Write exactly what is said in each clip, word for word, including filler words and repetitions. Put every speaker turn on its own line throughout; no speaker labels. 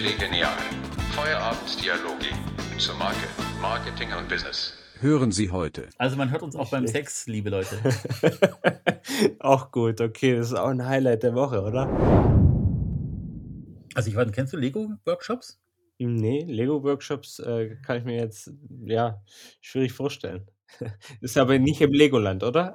Gelee Genial. Feierabenddialoge zur Marke, Marketing und Business.
Hören Sie heute.
Also man hört uns auch
Nicht
beim
schlecht.
Sex, liebe Leute.
Auch gut, okay, das ist auch ein Highlight der Woche, oder?
Also ich weiß, kennst du Lego-Workshops?
Nee, Lego-Workshops äh, kann ich mir jetzt, ja, schwierig vorstellen. Ist aber nicht im Legoland, oder?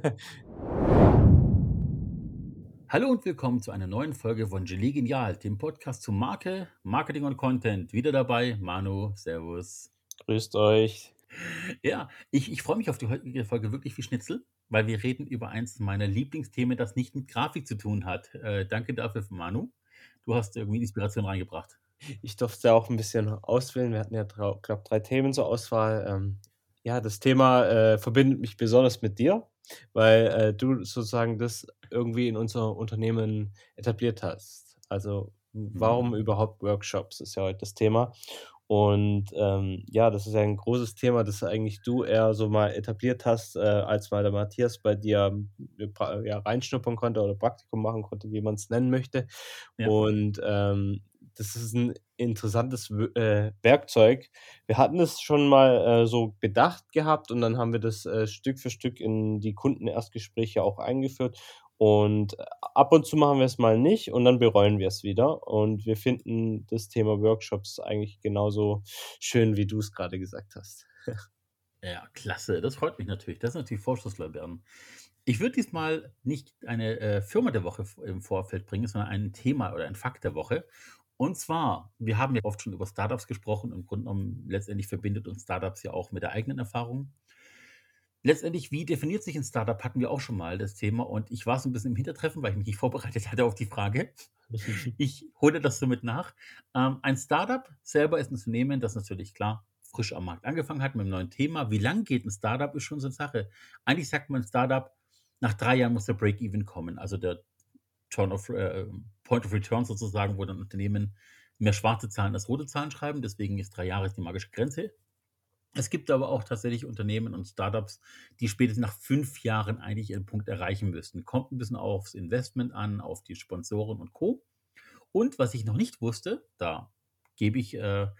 Hallo und willkommen zu einer neuen Folge von Gelee Genial, dem Podcast zu Marke, Marketing und Content. Wieder dabei, Manu, Servus.
Grüßt euch.
Ja, ich, ich freue mich auf die heutige Folge wirklich wie Schnitzel, weil wir reden über eins meiner Lieblingsthemen, das nicht mit Grafik zu tun hat. Äh, danke dafür, Manu. Du hast irgendwie Inspiration reingebracht.
Ich durfte auch ein bisschen auswählen. Wir hatten ja, glaube drei Themen zur Auswahl. Ähm, ja, das Thema äh, verbindet mich besonders mit dir, weil äh, du sozusagen das irgendwie in unser Unternehmen etabliert hast. Also warum überhaupt Workshops ist ja heute das Thema. Und ähm, ja, das ist ja ein großes Thema, das eigentlich du eher so mal etabliert hast, äh, als mal der Matthias bei dir äh, pra- ja, reinschnuppern konnte oder Praktikum machen konnte, wie man es nennen möchte.
Ja.
Und ähm, das ist ein interessantes W- äh, Werkzeug. Wir hatten es schon mal äh, so bedacht gehabt und dann haben wir das äh, Stück für Stück in die Kundenerstgespräche auch eingeführt. Und äh, ab und zu machen wir es mal nicht und dann bereuen wir es wieder. Und wir finden das Thema Workshops eigentlich genauso schön, wie du es gerade gesagt hast.
Ja, klasse. Das freut mich natürlich. Das ist natürlich Vorschusslorbeeren. Ich würde diesmal nicht eine äh, Firma der Woche f- im Vorfeld bringen, sondern ein Thema oder ein Fakt der Woche. Und zwar, wir haben ja oft schon über Startups gesprochen. Im Grunde genommen, letztendlich verbindet uns Startups ja auch mit der eigenen Erfahrung. Letztendlich, wie definiert sich ein Startup, hatten wir auch schon mal das Thema. Und ich war so ein bisschen im Hintertreffen, weil ich mich nicht vorbereitet hatte auf die Frage. Ich hole das somit nach. Ähm, ein Startup selber ist ein Unternehmen, das natürlich klar frisch am Markt angefangen hat mit einem neuen Thema. Wie lang geht ein Startup, ist schon so eine Sache. Eigentlich sagt man, ein Startup, nach drei Jahren muss der Break-Even kommen, also der Turn of, äh, Point of Return sozusagen, wo dann Unternehmen mehr schwarze Zahlen als rote Zahlen schreiben. Deswegen ist drei Jahre die magische Grenze. Es gibt aber auch tatsächlich Unternehmen und Startups, die spätestens nach fünf Jahren eigentlich ihren Punkt erreichen müssten. Kommt ein bisschen aufs Investment an, auf die Sponsoren und Co. Und was ich noch nicht wusste, da gebe ich äh,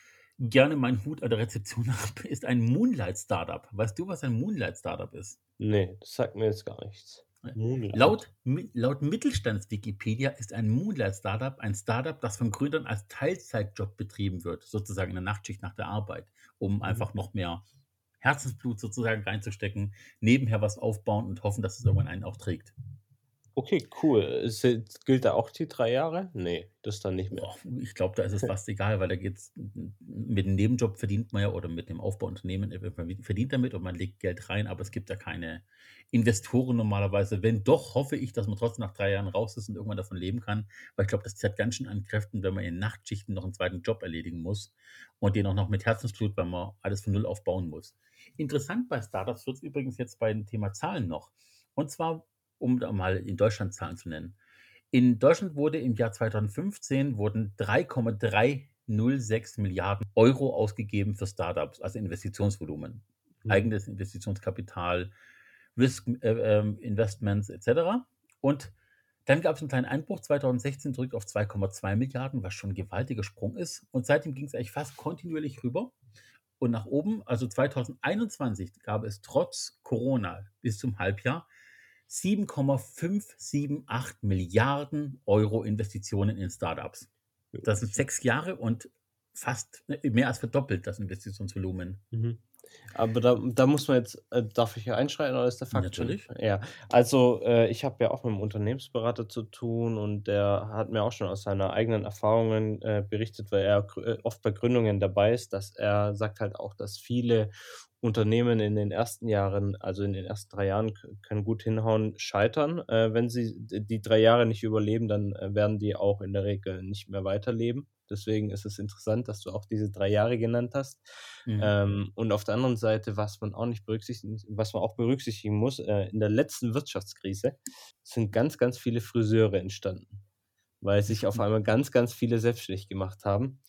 gerne meinen Hut an der Rezeption ab, ist ein Moonlight-Startup. Weißt du, was ein Moonlight-Startup ist?
Nee, das sagt mir jetzt gar nichts. Moonlight.
Laut, Mi- laut Mittelstands-Wikipedia ist ein Moonlight-Startup ein Startup, das von Gründern als Teilzeitjob betrieben wird, sozusagen in der Nachtschicht nach der Arbeit, um einfach noch mehr Herzensblut sozusagen reinzustecken, nebenher was aufbauen und hoffen, dass es irgendwann einen auch trägt.
Okay, cool. Ist, jetzt- gilt da auch die drei Jahre? Nee, das dann nicht mehr.
Boah, ich glaube, da ist es fast egal, weil da geht's mit dem Nebenjob verdient man ja oder mit dem Aufbauunternehmen äh, man verdient damit und man legt Geld rein, aber es gibt ja keine Investoren normalerweise. Wenn doch, hoffe ich, dass man trotzdem nach drei Jahren raus ist und irgendwann davon leben kann, weil ich glaube, das zerrt ganz schön an Kräften, wenn man in Nachtschichten noch einen zweiten Job erledigen muss und den auch noch mit Herzensblut, weil man alles von Null aufbauen muss. Interessant bei Startups wird es übrigens jetzt bei dem Thema Zahlen noch. Und zwar, um da mal in Deutschland Zahlen zu nennen. In Deutschland wurde im Jahr zweitausendfünfzehn wurden drei Komma dreihundertsechs Milliarden Euro ausgegeben für Startups, also Investitionsvolumen,
Mhm.
eigenes Investitionskapital, Risk äh, ähm, Investments et cetera. Und dann gab es einen kleinen Einbruch zweitausendsechzehn zurück auf zwei Komma zwei Milliarden, was schon ein gewaltiger Sprung ist. Und seitdem ging es eigentlich fast kontinuierlich rüber und nach oben. Also zweitausendeinundzwanzig gab es trotz Corona bis zum Halbjahr sieben Komma fünf sieben acht Milliarden Euro Investitionen in Startups. Das sind sechs Jahre und fast äh, mehr als verdoppelt das Investitionsvolumen.
Mhm. Aber da, da muss man jetzt, äh, darf ich hier einschreiten oder ist der Fakt
Natürlich.
schon? Ja, also äh, ich habe ja auch mit einem Unternehmensberater zu tun und der hat mir auch schon aus seiner eigenen Erfahrungen äh, berichtet, weil er grü- äh, oft bei Gründungen dabei ist, dass er sagt halt auch, dass viele Unternehmen in den ersten Jahren, also in den ersten drei Jahren, k- können gut hinhauen, scheitern. Äh, wenn sie d- die drei Jahre nicht überleben, dann äh, werden die auch in der Regel nicht mehr weiterleben. Deswegen ist es interessant, dass du auch diese drei Jahre genannt hast.
Mhm.
Ähm, und auf der anderen Seite, was man auch nicht berücksichtigen, was man auch berücksichtigen muss, äh, in der letzten Wirtschaftskrise sind ganz, ganz viele Friseure entstanden, weil sich auf einmal ganz, ganz viele selbstständig gemacht haben.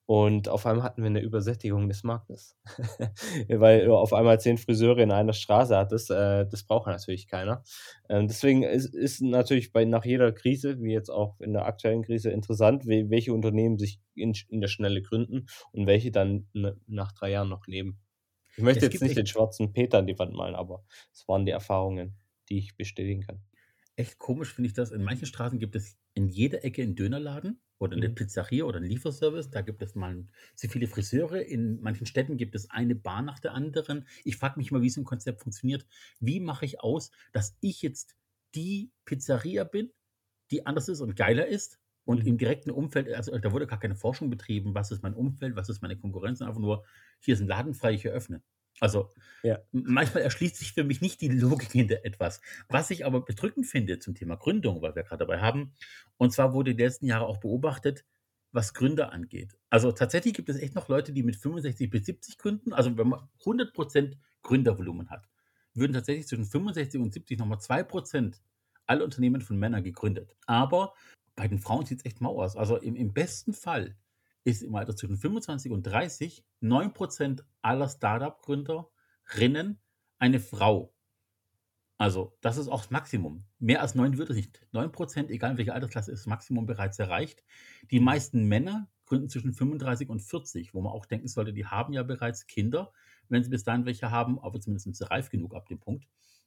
Und auf einmal hatten wir 'ne Übersättigung des Marktes. Weil du auf einmal zehn Friseure in einer Straße hattest, äh, das braucht natürlich keiner. Ähm, deswegen ist ist natürlich bei nach jeder Krise, wie jetzt auch in der aktuellen Krise, interessant, we welche Unternehmen sich in sch in der Schnelle gründen und welche dann n nach drei Jahren noch leben. Ich möchte
Es
jetzt
gibt
nicht
echt
den schwarzen Peter an die Wand malen, aber es waren die Erfahrungen, die ich bestätigen kann.
Echt komisch finde ich das. In manchen Straßen gibt es in jeder Ecke 'n Dönerladen oder 'ne
Mhm.
Pizzeria oder 'n Lieferservice. Da gibt es mal so viele Friseure. In manchen Städten gibt es eine Bar nach der anderen. Ich frage mich immer, wie so 'n Konzept funktioniert. Wie mache ich aus, dass ich jetzt die Pizzeria bin, die anders ist und geiler ist und
Mhm.
im direkten Umfeld also, da wurde gar keine Forschung betrieben. Was ist mein Umfeld? Was ist meine Konkurrenz? Einfach nur: „Hier ist 'n Laden frei, ich eröffne.“ Also,
Ja.
m manchmal erschließt sich für mich nicht die Logik hinter etwas. Was ich aber bedrückend finde zum Thema Gründung, weil wir grad dabei haben, und zwar wurde die letzten Jahre auch beobachtet, was Gründer angeht. Also, tatsächlich gibt es echt noch Leute, die mit fünfundsechzig bis siebzig gründen. Also, wenn man hundert Prozent Gründervolumen hat, würden tatsächlich zwischen fünfundsechzig und siebzig noch mal zwei Prozent aller Unternehmen von Männern gegründet. Aber bei den Frauen sieht's echt mau aus. Also, im im besten Fall ist im Alter zwischen fünfundzwanzig und dreißig neun Prozent aller Start-up-Gründerinnen eine Frau. Also, das ist auch das Maximum. Mehr als neun wird es nicht. neun Prozent, egal in welcher Altersklasse, ist das Maximum bereits erreicht. Die
Mhm.
meisten Männer gründen zwischen fünfunddreißig und vierzig, wo man auch denken sollte, die haben ja bereits Kinder, wenn sie bis dahin welche haben, aber zumindest sind sie reif genug ab dem Punkt.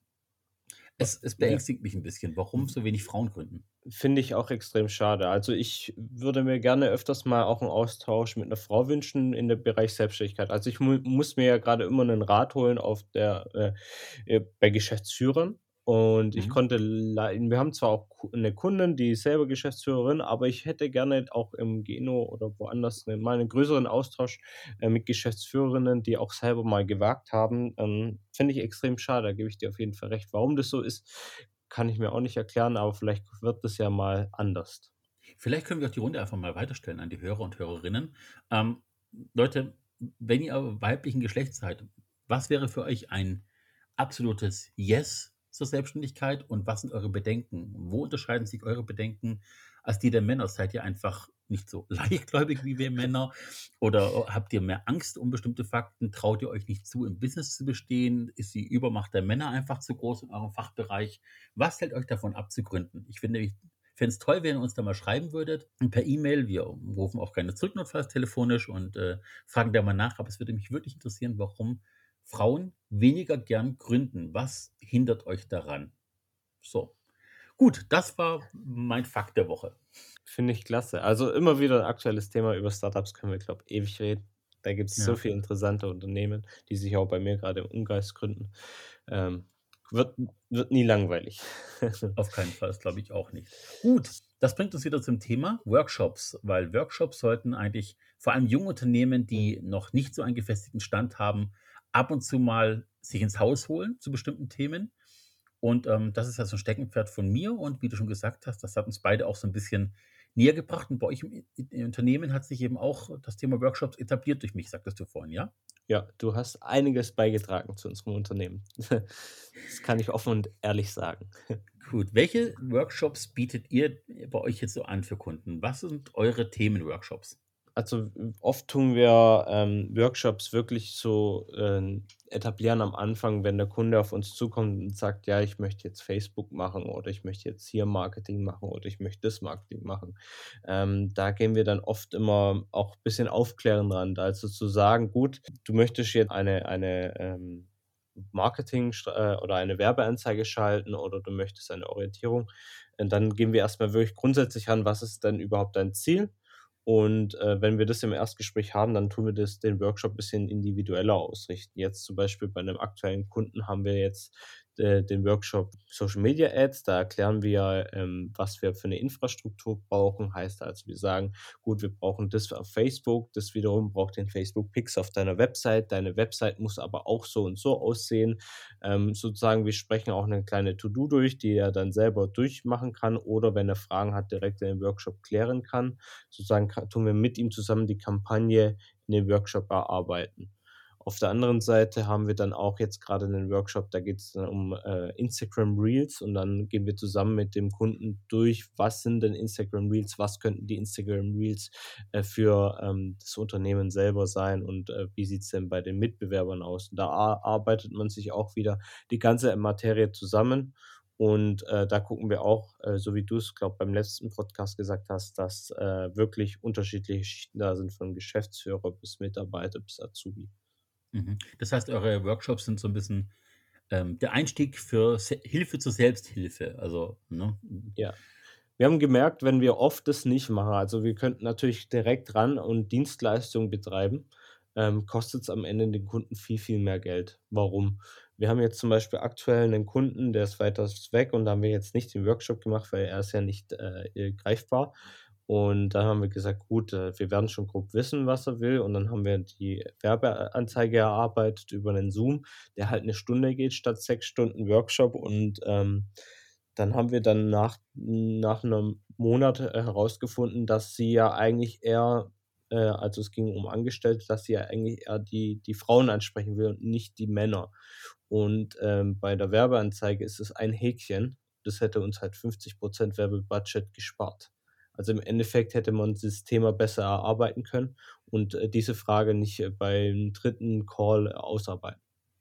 Es es
Ja.
beängstigt mich 'n bisschen, warum so wenig Frauen gründen.
Finde ich auch extrem schade. Also, ich würde mir gerne öfters mal auch 'n Austausch mit 'ner Frau wünschen in dem Bereich Selbstständigkeit. Also, ich mu muss mir ja grade immer 'nen Rat holen auf der äh, äh, bei Geschäftsführern und ich
Mhm.
konnte lei wir haben zwar auch Ku 'ne Kundin, die ist selber Geschäftsführerin, aber ich hätte gerne auch im Geno oder woanders, äh, mal 'nen größeren Austausch, äh, mit Geschäftsführerinnen, die auch selber mal gewagt haben. Ähm, finde ich extrem schade, da gebe ich dir auf jeden Fall recht. Warum das so ist, kann ich mir auch nicht erklären, aber vielleicht wird das ja mal anders.
Vielleicht können wir auch die Runde einfach mal weiterstellen an die Hörer und Hörerinnen. Ähm, Leute, wenn ihr weiblichen Geschlechts seid, was wäre für euch ein absolutes Yes zur Selbstständigkeit und was sind eure Bedenken? Wo unterscheiden sich eure Bedenken als die der Männer? Seid ihr einfach nicht so leichtgläubig wie wir Männer oder o habt ihr mehr Angst um bestimmte Fakten? Traut ihr euch nicht zu, im Business zu bestehen? Ist die Übermacht der Männer einfach zu groß in eurem Fachbereich? Was hält euch davon ab zu gründen? Ich finde ich fände es toll, wenn ihr uns da mal schreiben würdet per E-Mail. Wir rufen auch gerne zurück notfalls telefonisch und, äh, fragen da mal nach. Aber es würde mich wirklich interessieren, warum Frauen weniger gern gründen. Was hindert euch daran? So. Gut, das war mein Fakt der Woche.
Finde ich klasse. Also, immer wieder 'n aktuelles Thema. Über Start-ups können wir, glaube ewig reden. Da gibt's so
Ja.
viele interessante Unternehmen, die sich auch bei mir grade im Umkreis gründen. Ähm, wird wird nie langweilig.
Auf keinen Fall, das glaube ich auch nicht. Gut, das bringt uns wieder zum Thema Workshops, weil Workshops sollten eigentlich vor allem junge Unternehmen,
Mhm.
die noch nicht so einen gefestigten Stand haben, ab und zu mal sich ins Haus holen zu bestimmten Themen. Und, ähm, das ist ja so 'n Steckenpferd von mir und wie du schon gesagt hast, das hat uns beide auch so 'n bisschen nähergebracht. Und bei euch im I im Unternehmen hat sich eben auch das Thema Workshops etabliert durch mich, sagtest du vorhin, ja?
Ja, du hast einiges beigetragen zu unserem Unternehmen. Das kann ich offen und ehrlich sagen.
Gut. Welche Workshops bietet ihr bei euch jetzt so an für Kunden? Was sind eure Themenworkshops?
Also, w oft tun wir, ähm, Workshops wirklich so, ähm, etablieren am Anfang, wenn der Kunde auf uns zukommt und sagt: „Ja, ich möchte jetzt Facebook machen oder ich möchte jetzt hier Marketing machen oder ich möchte das Marketing machen.“ Ähm, da gehen wir dann oft immer auch bisschen aufklärend ran. Also, zu sagen: „Gut, du möchtest jetzt eine eine, ähm, Marketing st äh, oder eine Werbeanzeige schalten oder du möchtest eine Orientierung.“ Und dann gehen wir erst mal wirklich grundsätzlich ran: „Was ist denn überhaupt dein Ziel?“ Und, äh, wenn wir das im Erstgespräch haben, dann tun wir das den Workshop bisschen individueller ausrichten. Jetzt zum Beispiel bei 'nem aktuellen Kunden haben wir jetzt, äh, den Workshop Social Media Ads. Da erklären wir, ähm, was wir für 'ne Infrastruktur brauchen. Heißt also, wir sagen: „Gut, wir brauchen das auf Facebook, das wiederum braucht den Facebook Pixel auf deiner Website. Deine Website muss aber auch so und so aussehen.“ Ähm, sozusagen, wir sprechen auch 'ne kleine To-do durch, die er dann selber durchmachen kann oder wenn er Fragen hat, direkt in dem Workshop klären kann. Sozusagen ka tun wir mit ihm zusammen die Kampagne in dem Workshop erarbeiten. Auf der anderen Seite haben wir dann auch jetzt gerade einen Workshop, da geht es dann um äh, Instagram Reels und dann gehen wir zusammen mit dem Kunden durch, was sind denn Instagram Reels, was könnten die Instagram Reels äh, für ähm, das Unternehmen selber sein und äh, wie sieht es denn bei den Mitbewerbern aus. Und da ar- arbeitet man sich auch wieder die ganze Materie zusammen. Und äh, da gucken wir auch, äh, so wie du es, glaube beim letzten Podcast gesagt hast, dass äh, wirklich unterschiedliche Schichten da sind, von Geschäftsführer bis Mitarbeiter bis Azubi.
Mhm. Das heißt, eure Workshops sind so ein bisschen ähm, der Einstieg für Se Hilfe zur Selbsthilfe. Also, ne?
Ja. Wir haben gemerkt, wenn wir oft das nicht machen, also wir könnten natürlich direkt ran und Dienstleistungen betreiben, ähm, kostet es am Ende den Kunden viel, viel mehr Geld. Warum? Wir haben jetzt zum Beispiel aktuell einen Kunden, der ist weitaus weg und da haben wir jetzt nicht den Workshop gemacht, weil er ist ja nicht äh, äh, greifbar. Und dann haben wir gesagt, gut, äh, wir werden schon grob wissen, was er will. Und dann haben wir die Werbeanzeige erarbeitet über einen Zoom, der halt eine Stunde geht statt sechs Stunden Workshop. Und ähm, dann haben wir dann nach nach 'nem Monat, äh, herausgefunden, dass sie ja eigentlich eher äh, also es ging um Angestellte, dass sie ja eigentlich eher die die Frauen ansprechen will und nicht die Männer. Und, ähm, bei der Werbeanzeige ist es ein Häkchen. Das hätte uns halt fünfzig Werbebudget gespart. Also, im Endeffekt hätte man das Thema besser erarbeiten können und, äh, diese Frage nicht, äh, beim dritten Call äh, ausarbeiten.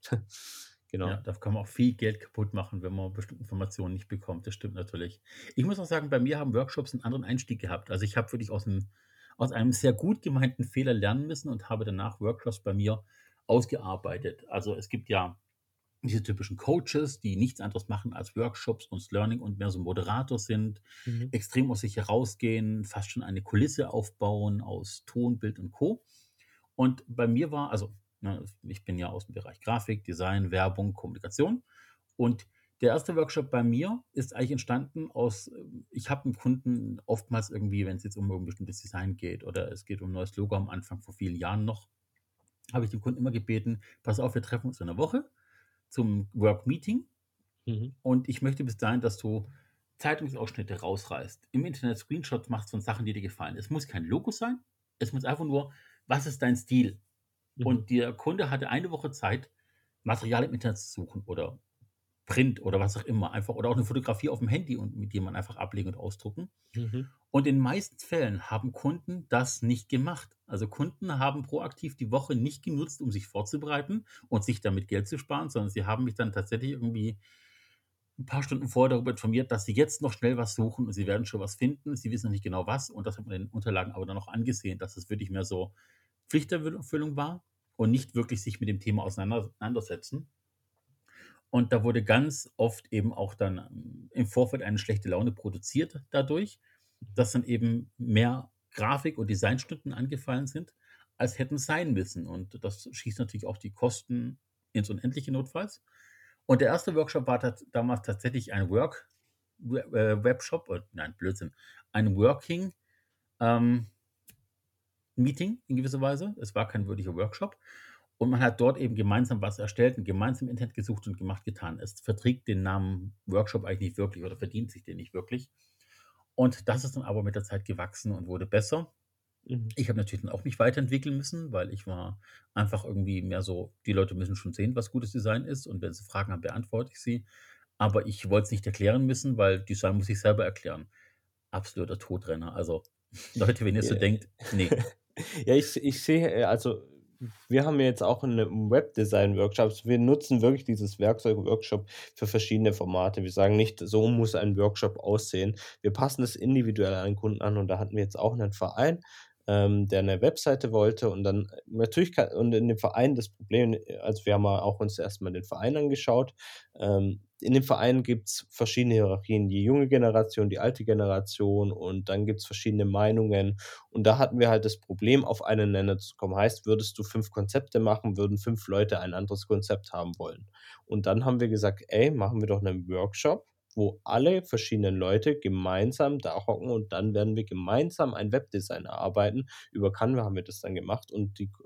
Ja,
Genau.
da kann man auch viel Geld kaputt machen, wenn man bestimmte Informationen nicht bekommt. Das stimmt natürlich. Ich muss auch sagen, bei mir haben Workshops einen anderen Einstieg gehabt. Also, ich habe wirklich aus 'nem aus einem sehr gut gemeinten Fehler lernen müssen und habe danach Workshops bei mir ausgearbeitet. Also, es gibt ja diese typischen Coaches, die nichts anderes machen als Workshops und Learning und mehr so Moderator sind,
Mhm.
extrem aus sich herausgehen, fast schon eine Kulisse aufbauen aus Ton, Bild und Co. Und bei mir war also, ne, ich bin ja aus dem Bereich Grafik, Design, Werbung, Kommunikation. Und der erste Workshop bei mir ist eigentlich entstanden aus, ähm, ich habe 'n Kunden oftmals irgendwie, wenn es jetzt um ein bestimmtes Design geht oder es geht um 'n neues Logo am Anfang vor vielen Jahren noch, habe ich den Kunden immer gebeten: „Pass auf, wir treffen uns in 'ner Woche zum Work-Meeting
Mhm.
und ich möchte bis dahin, dass du Zeitungsausschnitte rausreißt, im Internet Screenshots machst von Sachen, die dir gefallen. Es muss kein Logo sein, es muss einfach nur, was ist dein Stil?“
Mhm.
Und der Kunde hatte eine Woche Zeit, Material im Internet zu suchen oder Print oder was auch immer, einfach oder auch 'ne Fotografie aufm Handy und mit dem man einfach ablegen und ausdrucken.
Mhm.
Und in den meisten Fällen haben Kunden das nicht gemacht. Also, Kunden haben proaktiv die Woche nicht genutzt, um sich vorzubereiten und sich damit Geld zu sparen, sondern sie haben mich dann tatsächlich irgendwie 'n paar Stunden vorher darüber informiert, dass sie jetzt noch schnell was suchen und sie werden schon was finden. Sie wissen noch nicht genau was und das hat man in den Unterlagen aber dann auch angesehen, dass es wirklich mehr so Pflichterfüllung war und nicht wirklich sich mit dem Thema auseinandersetzen. Und da wurde ganz oft eben auch dann, ähm, im Vorfeld eine schlechte Laune produziert dadurch,
Mhm.
dass dann eben mehr Grafik und Designstunden angefallen sind, als hätten sein müssen. Und das schießt natürlich auch die Kosten ins Unendliche notfalls. Und der erste Workshop war tat damals tatsächlich ein Work We äh, Webshop äh, nein, Blödsinn, ein Working, ähm, Meeting in gewisser Weise. Es war kein wirklicher Workshop. Und man hat dort eben gemeinsam was erstellt und gemeinsam im Internet gesucht und gemacht, getan. Es verträgt den Namen Workshop eigentlich nicht wirklich oder verdient sich den nicht wirklich. Und das ist dann aber mit der Zeit gewachsen und wurde besser.
Mhm.
Ich habe natürlich dann auch mich weiterentwickeln müssen, weil ich war einfach irgendwie mehr so, die Leute müssen schon sehen, was gutes Design ist und wenn sie Fragen haben, beantworte ich sie. Aber ich wollte es nicht erklären müssen, weil Design muss ich selber erklären. Absoluter Todrenner. Also, Leute, wenn ihr so
Ja.
denkt, ne.
Ja, ich ich sehe, äh, also, wir haben ja jetzt auch 'ne Webdesign-Workshops. Wir nutzen wirklich dieses Werkzeug Workshop für verschiedene Formate. Wir sagen nicht: „So muss ein Workshop aussehen.“ Wir passen es individuell an den Kunden an und da hatten wir jetzt auch 'nen Verein, ähm, der 'ne Webseite wollte und dann äh, natürlich ka und in dem Verein das Problem äh, also, wir haben ja auch uns erst mal den Verein angeschaut. Ähm, in dem Verein gibt's verschiedene Hierarchien, die junge Generation, die alte Generation und dann gibt's verschiedene Meinungen. Und da hatten wir halt das Problem, auf einen Nenner zu kommen. Heißt, würdest du fünf Konzepte machen, würden fünf Leute ein anderes Konzept haben wollen. Und dann haben wir gesagt: „Ey, machen wir doch einen Workshop, wo alle verschiedenen Leute gemeinsam da hocken und dann werden wir gemeinsam ein Webdesign erarbeiten.“ Über Canva haben wir das dann gemacht und die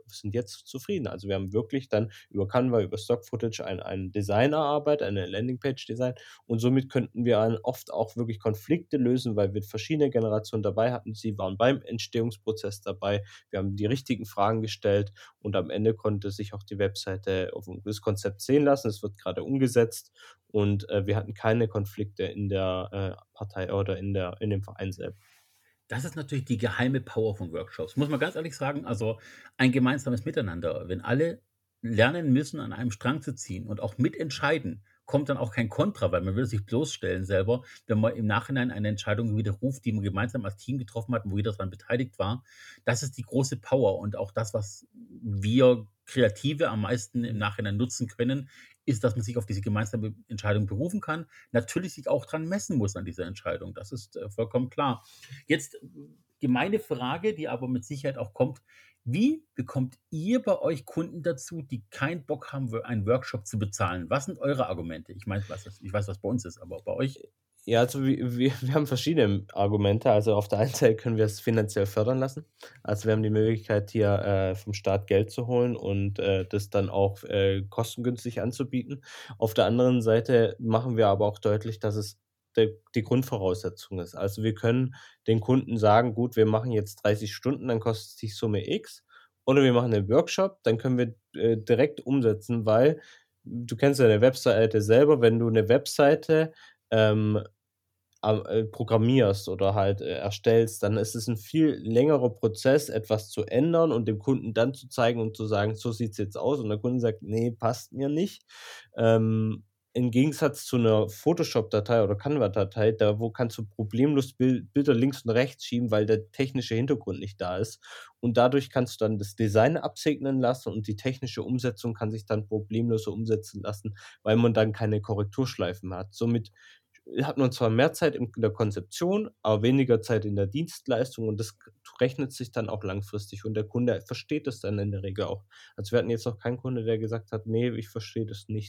sind jetzt zufrieden. Also, wir haben wirklich dann über Canva, über Stock-Footage ein ein Design erarbeitet, eine Landingpage-Design und somit könnten wir dann oft auch wirklich Konflikte lösen, weil wir verschiedene Generationen dabei hatten. Sie waren beim Entstehungsprozess dabei. Wir haben die richtigen Fragen gestellt und am Ende konnte sich auch die Webseite auf 'n das Konzept sehen lassen. Es wird grade umgesetzt und, äh, wir hatten keine Konflikte in der, äh, Partei oder in der in dem Verein selber.
Das ist natürlich die geheime Power von Workshops. Muss man ganz ehrlich sagen, also ein gemeinsames Miteinander. Wenn alle lernen müssen, an einem Strang zu ziehen und auch mitentscheiden, kommt dann auch kein Kontra, weil man will sich bloßstellen selber, wenn man im Nachhinein eine Entscheidung widerruft, die man gemeinsam als Team getroffen hat und wo jeder dran beteiligt war. Das ist die große Power und auch das, was wir Kreative am meisten im Nachhinein nutzen können, ist, dass man sich auf diese gemeinsame Entscheidung berufen kann, natürlich sich auch dran messen muss an dieser Entscheidung. Das ist, äh, vollkommen klar. Jetzt gemeine Frage, die aber mit Sicherheit auch kommt: Wie bekommt ihr bei euch Kunden dazu, die keinen Bock haben, wo einen Workshop zu bezahlen? Was sind eure Argumente? Ich meine, was ich weiß, was bei uns ist, aber bei euch?
Ja, also wi wir wir haben verschiedene Argumente. Also, auf der einen Seite können wir es finanziell fördern lassen. Also, wir haben die Möglichkeit, hier, äh, vom Staat Geld zu holen und, äh, das dann auch, äh, kostengünstig anzubieten. Auf der anderen Seite machen wir aber auch deutlich, dass es de die Grundvoraussetzung ist. Also, wir können den Kunden sagen: „Gut, wir machen jetzt dreißig Stunden, dann kostet dich Summe X.“ Oder wir machen 'nen Workshop, dann können wir, äh, direkt umsetzen, weil du kennst ja 'ne Webseite selber, wenn du 'ne Webseite, ähm, am äh, programmierst oder halt, äh, erstellst, dann ist es 'n viel längerer Prozess, etwas zu ändern und dem Kunden dann zu zeigen und zu sagen: „So sieht's jetzt aus.“ Und der Kunde sagt: „Ne, passt mir nicht.“ Ähm, im Gegensatz zu 'ner Photoshop-Datei oder Canva-Datei, da wo kannst du problemlos Bil Bilder links und rechts schieben, weil der technische Hintergrund nicht da ist. Und dadurch kannst du dann das Design absegnen lassen und die technische Umsetzung kann sich dann problemloser umsetzen lassen, weil man dann keine Korrekturschleifen mehr hat. Somit hat man zwar mehr Zeit in der Konzeption, aber weniger Zeit in der Dienstleistung und das k rechnet sich dann auch langfristig und der Kunde versteht das dann in der Regel auch. Also, wir hatten jetzt noch keinen Kunde, der gesagt hat: „Ne, ich verstehe das nicht.“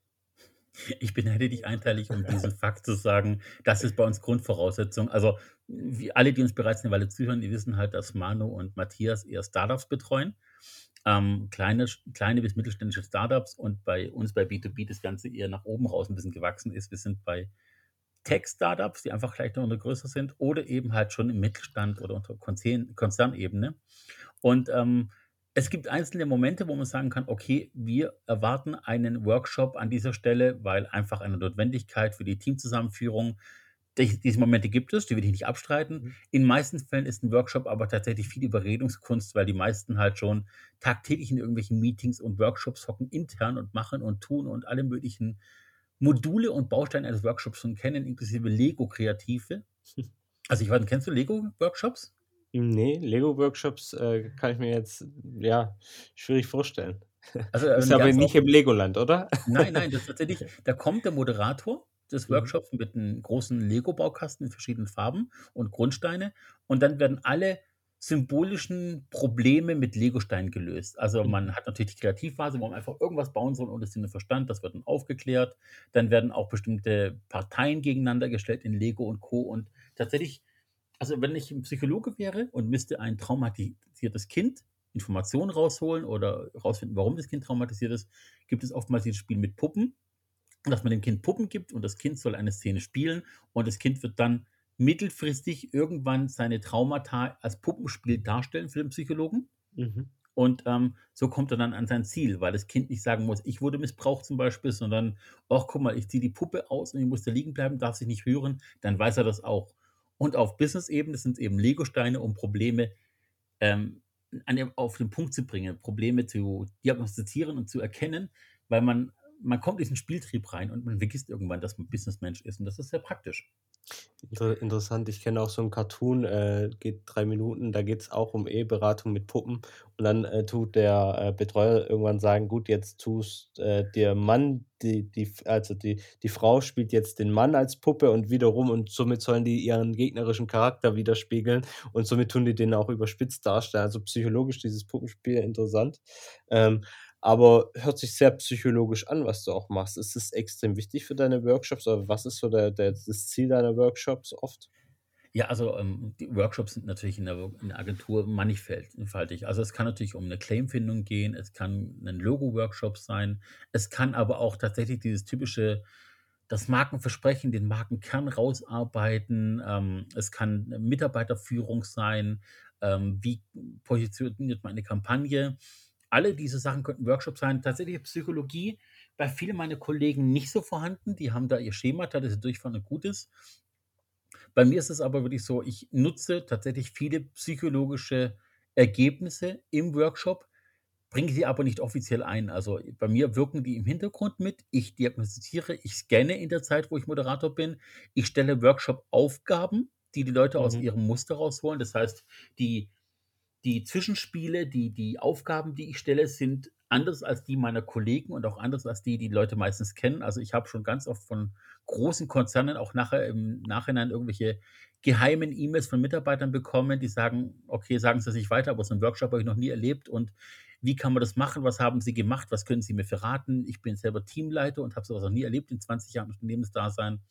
Ich beneide dich einteilig, um diesen Fakt zu sagen, das ist bei uns Grundvoraussetzung. Also, wir alle, die uns bereits 'ne Weile zuhören, die wissen halt, dass Manu und Matthias eher Startups betreuen. Ähm, kleine sch kleine bis mittelständische Startups und bei uns bei B zwei B das Ganze eher nach oben raus 'n bisschen gewachsen ist. Wir sind bei Tech-Startups, die einfach vielleicht noch 'ne größer sind oder eben halt schon im Mittelstand oder unter Konzern Konzernebene. Und, ähm, es gibt einzelne Momente, wo man sagen kann: „Okay, wir erwarten einen Workshop an dieser Stelle, weil einfach eine Notwendigkeit für die Teamzusammenführung.“ Dich diese Momente gibt es, die will ich nicht abstreiten.
Mhm.
In meisten Fällen ist 'n Workshop aber tatsächlich viel Überredungskunst, weil die meisten halt schon tagtäglich in irgendwelchen Meetings und Workshops hocken intern und machen und tun und alle möglichen Module und Bausteine eines Workshops schon kennen, inklusive Lego-Kreative. Also, ich weiß nicht, kennst du Lego-Workshops?
Ne, Lego-Workshops, äh, kann ich mir jetzt, ja, schwierig vorstellen.
Also, äh,
Ist
'n
aber
ganz
nicht
offen
im Legoland, oder?
Nein, nein, das ist tatsächlich da kommt der Moderator des
Mhm.
Workshops mit 'nem großen Lego-Baukasten in verschiedenen Farben und Grundsteine und dann werden alle symbolischen Probleme mit Legosteinen gelöst. Also,
Mhm.
man hat natürlich die Kreativphase, wo man einfach irgendwas bauen soll ohne Sinn und Verstand, das wird dann aufgeklärt. Dann werden auch bestimmte Parteien gegeneinander gestellt in Lego und Co. Und tatsächlich also, wenn ich 'n Psychologe wäre und müsste ein traumatisiertes Kind Informationen rausholen oder rausfinden, warum das Kind traumatisiert ist, gibt es oftmals dieses Spiel mit Puppen, dass man dem Kind Puppen gibt und das Kind soll eine Szene spielen und das Kind wird dann mittelfristig irgendwann seine Traumata als Puppenspiel darstellen für den Psychologen.
Mhm.
Und, ähm, so kommt er dann an sein Ziel, weil das Kind nicht sagen muss: „Ich wurde missbraucht“, zum Beispiel, sondern: „Ach, guck mal, ich ziehe die Puppe aus und die muss da liegen bleiben, darf sich nicht rühren.“ Dann weiß er das auch. Und auf Business-Ebene sind's eben Legosteine, um Probleme, ähm, an dem auf den Punkt zu bringen, Probleme zu diagnostizieren und zu erkennen, weil man man kommt in diesen Spieltrieb rein und man vergisst irgendwann, dass man Businessmensch ist und das ist sehr praktisch.
Inter interessant. Ich kenne auch so 'n Cartoon, äh, geht drei Minuten, da geht's auch um Eheberatung mit Puppen und dann, äh, tut der, äh, Betreuer irgendwann sagen: „Gut, jetzt tust, äh, der Mann die die F also, die die Frau spielt jetzt den Mann als Puppe und wiederum und somit sollen die ihren gegnerischen Charakter widerspiegeln und somit tun die den auch überspitzt darstellen.“ Also, psychologisch dieses Puppenspiel interessant, ähm, aber hört sich sehr psychologisch an, was du auch machst. Ist es extrem wichtig für deine Workshops oder was ist so der der das Ziel deiner Workshops oft?
Ja, also, ähm, die Workshops sind natürlich in der in der Agentur mannigfältig. Also, es kann natürlich um eine Claimfindung gehen, es kann ein Logo-Workshop sein, es kann aber auch tatsächlich dieses typische das Markenversprechen, den Markenkern rausarbeiten, ähm, es kann Mitarbeiterführung sein, ähm, wie positioniert man eine Kampagne? Alle diese Sachen könnten Workshops sein. Tatsächlich Psychologie bei vielen meiner Kollegen nicht so vorhanden. Die haben da ihr Schemata, das durchfahren und gut ist. Bei mir ist es aber wirklich so, ich nutze tatsächlich viele psychologische Ergebnisse im Workshop, bringe sie aber nicht offiziell ein. Also, bei mir wirken die im Hintergrund mit. Ich diagnostiziere, ich scanne in der Zeit, wo ich Moderator bin. Ich stelle Workshop-Aufgaben, die die Leute aus
Mhm.
ihrem Muster rausholen. Das heißt, die die Zwischenspiele, die die Aufgaben, die ich stelle, sind anders als die meiner Kollegen und auch anders als die, die die Leute meistens kennen. Also, ich habe schon ganz oft von großen Konzernen auch nachher im Nachhinein irgendwelche geheimen E-Mails von Mitarbeitern bekommen, die sagen: „Okay, sagen Sie es nicht weiter, aber so 'n Workshop habe ich noch nie erlebt und wie kann man das machen? Was haben Sie gemacht? Was können Sie mir verraten?“ Ich bin selber Teamleiter und habe so was noch nie erlebt in zwanzig Jahren Unternehmensdasein.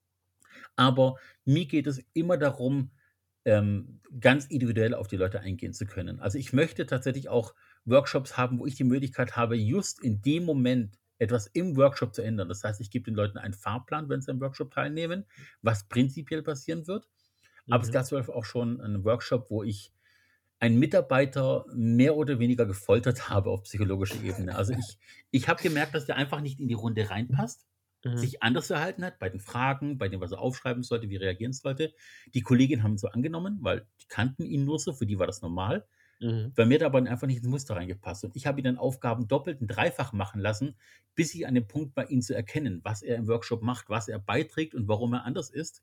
Aber mir geht es immer darum, ähm, ganz individuell auf die Leute eingehen zu können. Also, ich möchte tatsächlich auch Workshops haben, wo ich die Möglichkeit habe, just in dem Moment etwas im Workshop zu ändern. Das heißt, ich gebe den Leuten einen Fahrplan, wenn sie am Workshop teilnehmen, was prinzipiell passieren wird. Aber es
Mhm.
gab zum Beispiel auch schon einen Workshop, wo ich einen Mitarbeiter mehr oder weniger gefoltert habe auf psychologischer Ebene. Also, ich ich habe gemerkt, dass der einfach nicht in die Runde reinpasst,
Mhm.
sich anders verhalten hat bei den Fragen, bei dem, was er aufschreiben sollte, wie reagieren sollte. Die Kolleginnen haben ihn so angenommen, weil die kannten ihn nur so, für die war das normal.
Mhm.
Bei mir hat er aber einfach nicht ins Muster reingepasst und ich habe ihn dann Aufgaben doppelt und dreifach machen lassen, bis ich an dem Punkt war, ihn zu erkennen, was er im Workshop macht, was er beiträgt und warum er anders ist.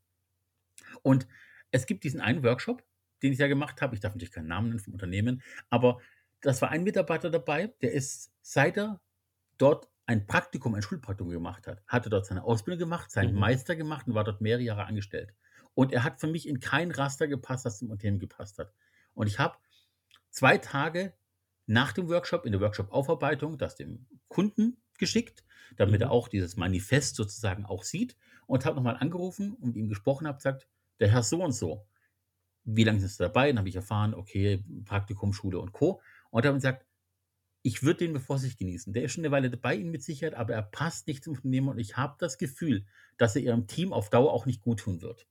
Und es gibt diesen einen Workshop, den ich ja gemacht habe. Ich darf natürlich keinen Namen nennen vom Unternehmen, aber das war ein Mitarbeiter dabei, der ist, seit er dort ein Praktikum, ein Schulpraktikum gemacht hat, hatte dort seine Ausbildung gemacht, seinen
Mhm.
Meister gemacht und war dort mehrere Jahre angestellt. Und er hat für mich in kein Raster gepasst, das zum Unternehmen gepasst hat. Und ich habe zwei Tage nach dem Workshop, in der Workshop-Aufarbeitung, das dem Kunden geschickt, damit er
Mhm.
auch dieses Manifest sozusagen auch sieht und habe nochmal angerufen und mit ihm gesprochen, habe gesagt: „Der Herr so und so, wie lange sind Sie dabei?“ Dann habe ich erfahren, okay, Praktikum, Schule und Co. Und er hat gesagt: „Ich würde den mit Vorsicht genießen. Der ist schon eine Weile dabei, Ihnen mit Sicherheit, aber er passt nicht zum Unternehmen und ich habe das Gefühl, dass er Ihrem Team auf Dauer auch nicht guttun wird.“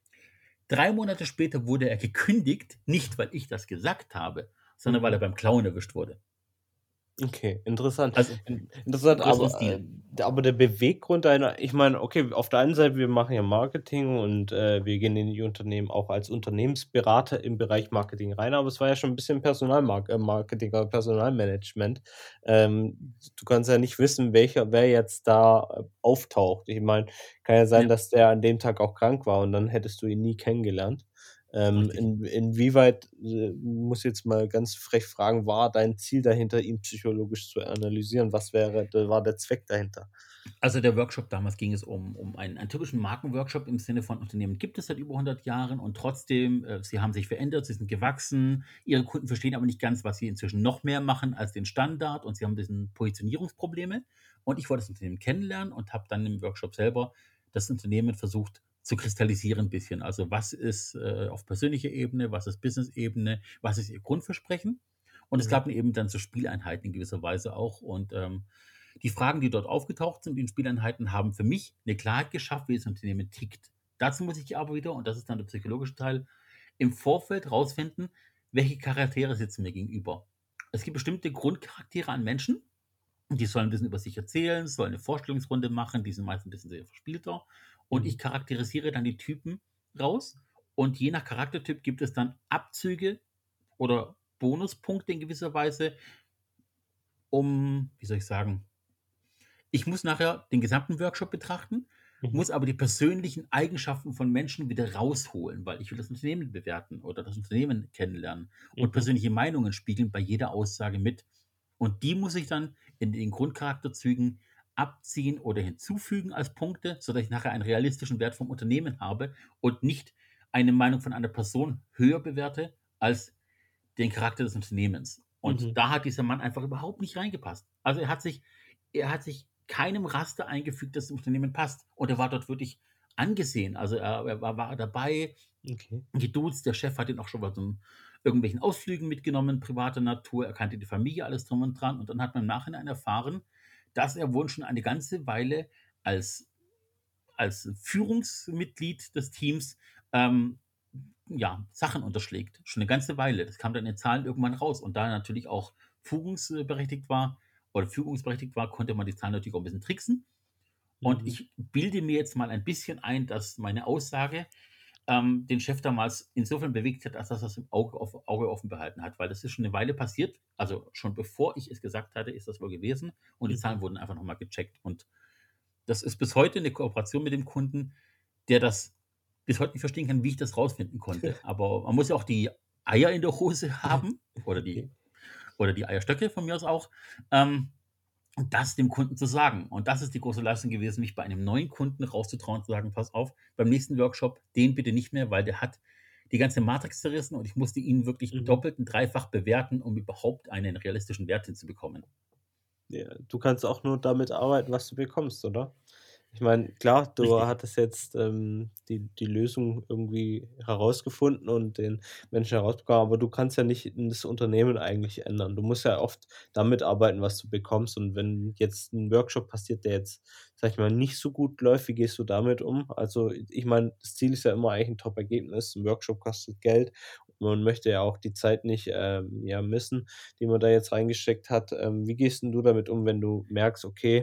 Drei Monate später wurde er gekündigt, nicht weil ich das gesagt habe, sondern weil
Mhm.
er beim Klauen erwischt wurde.
Okay, interessant.
Also,
In
im
interessant,
größeren
aber, äh,
Stil.
aber der Beweggrund deiner ich meine, okay, auf der einen Seite, wir machen ja Marketing und, äh, wir gehen in die Unternehmen auch als Unternehmensberater im Bereich Marketing rein, aber es war ja schon 'n bisschen Personalmark äh, Marketing oder Personalmanagement. Ähm, du kannst ja nicht wissen, welcher wer jetzt da, äh, auftaucht. Ich meine, kann ja sein,
Ja,
dass der an dem Tag auch krank war und dann hättest du ihn nie kennengelernt. Ähm,
richtig.
in inwieweit, äh, muss jetzt mal ganz frech fragen, war dein Ziel dahinter, ihn psychologisch zu analysieren? Was wäre da war der Zweck dahinter?
Also, der Workshop damals ging es um um einen einen typischen Markenworkshop im Sinne von Unternehmen gibt es seit über hundert Jahren und trotzdem, äh, sie haben sich verändert, sie sind gewachsen. Ihre Kunden verstehen aber nicht ganz, was sie inzwischen noch mehr machen als den Standard und sie haben diesen Positionierungsprobleme. Und ich wollte das Unternehmen kennenlernen und habe dann im Workshop selber das Unternehmen versucht zu kristallisieren ein bisschen. Also, was ist, äh, auf persönlicher Ebene, was ist Business-Ebene, was ist ihr Grundversprechen? Und es
Mhm.
gab eben dann so Spieleinheiten in gewisser Weise auch und, ähm, die Fragen, die dort aufgetaucht sind in den Spieleinheiten, haben für mich eine Klarheit geschafft, wie das Unternehmen tickt. Dazu muss ich aber wieder, und das ist dann der psychologische Teil, im Vorfeld rausfinden, welche Charaktere sitzen mir gegenüber. Es gibt bestimmte Grundcharaktere an Menschen, die sollen ein bisschen über sich erzählen, sollen eine Vorstellungsrunde machen, die sind meist ein bisschen sehr verspielter. Und ich
Mhm.
charakterisiere dann die Typen raus. Und je nach Charaktertyp gibt es dann Abzüge oder Bonuspunkte in gewisser Weise, um, wie soll ich sagen, ich muss nachher den gesamten Workshop betrachten,
Mhm.
muss aber die persönlichen Eigenschaften von Menschen wieder rausholen, weil ich will das Unternehmen bewerten oder das Unternehmen kennenlernen und
Mhm.
persönliche Meinungen spiegeln bei jeder Aussage mit. Und die muss ich dann in den Grundcharakterzügen abziehen oder hinzufügen als Punkte, sodass ich nachher einen realistischen Wert vom Unternehmen habe und nicht eine Meinung von einer Person höher bewerte als den Charakter des Unternehmens. Und
Mhm.
da hat dieser Mann einfach überhaupt nicht reingepasst. Also, er hat sich er hat sich keinem Raster eingefügt, das zum Unternehmen passt. Und er war dort wirklich angesehen. Also, er er war war dabei,
Okay.
geduzt. Der Chef hat ihn auch schon bei so 'n irgendwelchen Ausflügen mitgenommen, privater Natur. Er kannte die Familie, alles drum und dran. Und dann hat man im Nachhinein erfahren, dass er wohl schon eine ganze Weile als als Führungsmitglied des Teams, ähm, ja, Sachen unterschlägt. Schon eine ganze Weile. Das kam dann in den Zahlen irgendwann raus. Und da er natürlich auch fugungsberechtigt war oder fügungsberechtigt war, konnte man die Zahlen natürlich auch ein bisschen tricksen. Und
Mhm.
ich bilde mir jetzt mal ein bisschen ein, dass meine Aussage, ähm, den Chef damals insofern bewegt hat, als dass er's im Auge off Auge offen behalten hat, weil das ist schon eine Weile passiert. Also, schon bevor ich es gesagt hatte, ist das wohl gewesen und die
Mhm.
Zahlen wurden einfach noch mal gecheckt. Und das ist bis heute eine Kooperation mit dem Kunden, der das bis heute nicht verstehen kann, wie ich das rausfinden konnte. Aber man muss ja auch die Eier in der Hose haben oder die
Okay.
oder die Eierstöcke von mir aus auch, ähm, das dem Kunden zu sagen. Und das ist die große Leistung gewesen, mich bei einem neuen Kunden rauszutrauen, zu sagen: „Pass auf, beim nächsten Workshop den bitte nicht mehr, weil der hat die ganze Matrix zerrissen und ich musste ihn wirklich
Mhm.
doppelt und dreifach bewerten, um überhaupt einen realistischen Wert hinzubekommen."
Ja, du kannst auch nur damit arbeiten, was du bekommst, oder? Ich meine, klar, du
Richtig.
hattest jetzt, ähm, die die Lösung irgendwie herausgefunden und den Menschen herausbekommen, aber du kannst ja nicht das Unternehmen eigentlich ändern. Du musst ja oft damit arbeiten, was du bekommst. Und wenn jetzt ein Workshop passiert, der jetzt, sage ich mal, nicht so gut läuft, wie gehst du damit um? Also, ich meine, das Ziel ist ja immer eigentlich ein Top-Ergebnis. 'N Workshop kostet Geld. Man möchte ja auch die Zeit nicht, ähm, ja, missen, die man da jetzt reingesteckt hat. Ähm, wie gehst 'n du damit um, wenn du merkst, okay,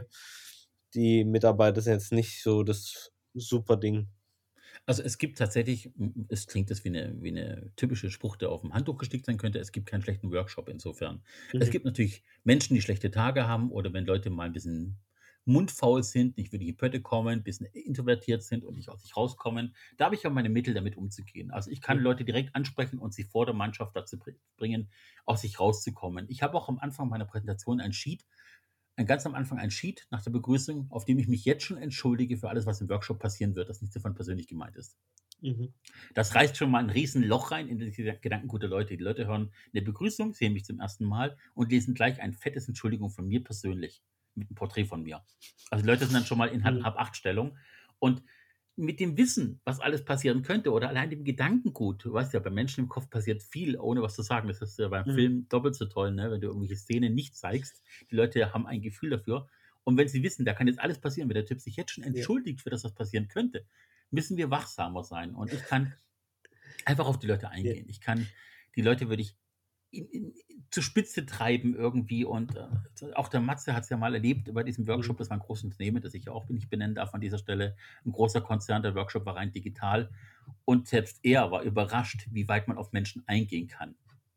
die Mitarbeiter sind jetzt nicht so das super Ding?
Also, es gibt tatsächlich hm, es klingt jetzt wie eine wie 'ne typische Spruch, der aufm Handtuch gestickt sein könnte. Es gibt keinen schlechten Workshop insofern. Es
Mhm,
gibt natürlich Menschen, die schlechte Tage haben oder wenn Leute mal ein bisschen mundfaul sind, nicht wirklich in die Pötte kommen, bisschen introvertiert sind und nicht aus sich rauskommen. Da habe ich ja meine Mittel, damit umzugehen. Also, ich kann
mhm,
Leute direkt ansprechen und sie vor der Mannschaft dazu bri bringen, aus sich rauszukommen. Ich habe auch am Anfang meiner Präsentation ein Sheet ein ganz am Anfang ein Sheet nach der Begrüßung, auf dem ich mich jetzt schon entschuldige für alles, was im Workshop passieren wird, das nicht davon persönlich gemeint ist.
mhm,
Das reißt schon mal ein Riesenloch rein in die Geda Gedankengut der Leute. Die Leute hören eine Begrüßung, sehen mich zum ersten Mal und lesen gleich ein fettes Entschuldigung von mir persönlich mit 'nem Porträt von mir. Also, die Leute sind dann schon mal in
mhm,
Hab-Acht-Stellung und mit dem Wissen, was alles passieren könnte oder allein dem Gedankengut, du weißt ja, bei Menschen im Kopf passiert viel, ohne was zu sagen. Das ist ja beim
mhm.
Film doppelt so toll, ne, wenn du irgendwelche Szenen nicht zeigst. Die Leute haben ein Gefühl dafür. Und wenn sie wissen, da kann jetzt alles passieren, wenn der Typ sich jetzt schon
Ja,
entschuldigt für das, was passieren könnte, müssen wir wachsamer sein. Und ich kann einfach auf die Leute
ja,
eingehen. Ich kann die Leute würde ich in in zur Spitze treiben irgendwie und, äh, auch der Matze hat es ja mal erlebt bei diesem
mhm.
Workshop. Das war 'n großes Unternehmen, das ich ja auch nicht benennen darf an dieser Stelle. 'N großer Konzern, der Workshop war rein digital und selbst er war überrascht, wie weit man auf Menschen eingehen kann.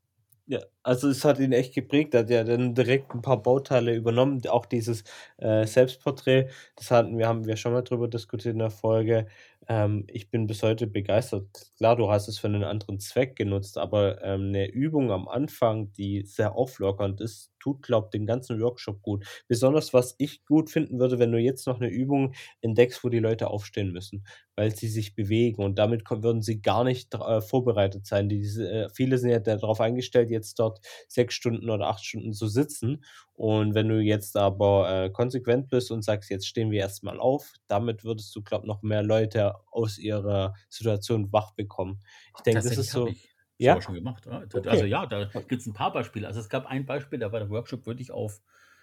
Ja, also es hat ihn echt geprägt. Er hat ja dann direkt 'n paar Bauteile übernommen, auch dieses, äh, Selbstporträt. Das hatten wir haben wir schon mal drüber diskutiert in der Folge. Ähm, ich bin bis heute begeistert. Klar, du hast es für 'nen anderen Zweck genutzt, aber, ähm, 'ne Übung am Anfang, die sehr auflockernd ist, tut, glaube ich, den ganzen Workshop gut. Besonders, was ich gut finden würde, wenn du jetzt noch 'ne Übung entdeckst, wo die Leute aufstehen müssen, weil sie sich bewegen und damit ko würden sie gar nicht dr äh, vorbereitet sein. Diese äh, viele sind ja darauf eingestellt, jetzt dort sechs Stunden oder acht Stunden zu sitzen. Und wenn du jetzt aber, äh, konsequent bist und sagst: „Jetzt stehen wir erst mal auf“, damit würdest du, glaube ich, noch mehr Leute aus ihrer Situation wach bekommen. Ich denke, das ist
Tatsächlich habe
so.
ich so was
Ja?
schon gemacht, ja. Tat also
Okay.
ja, da gibt's 'n paar Beispiele. Also, es gab ein Beispiel, da war der Workshop wirklich auf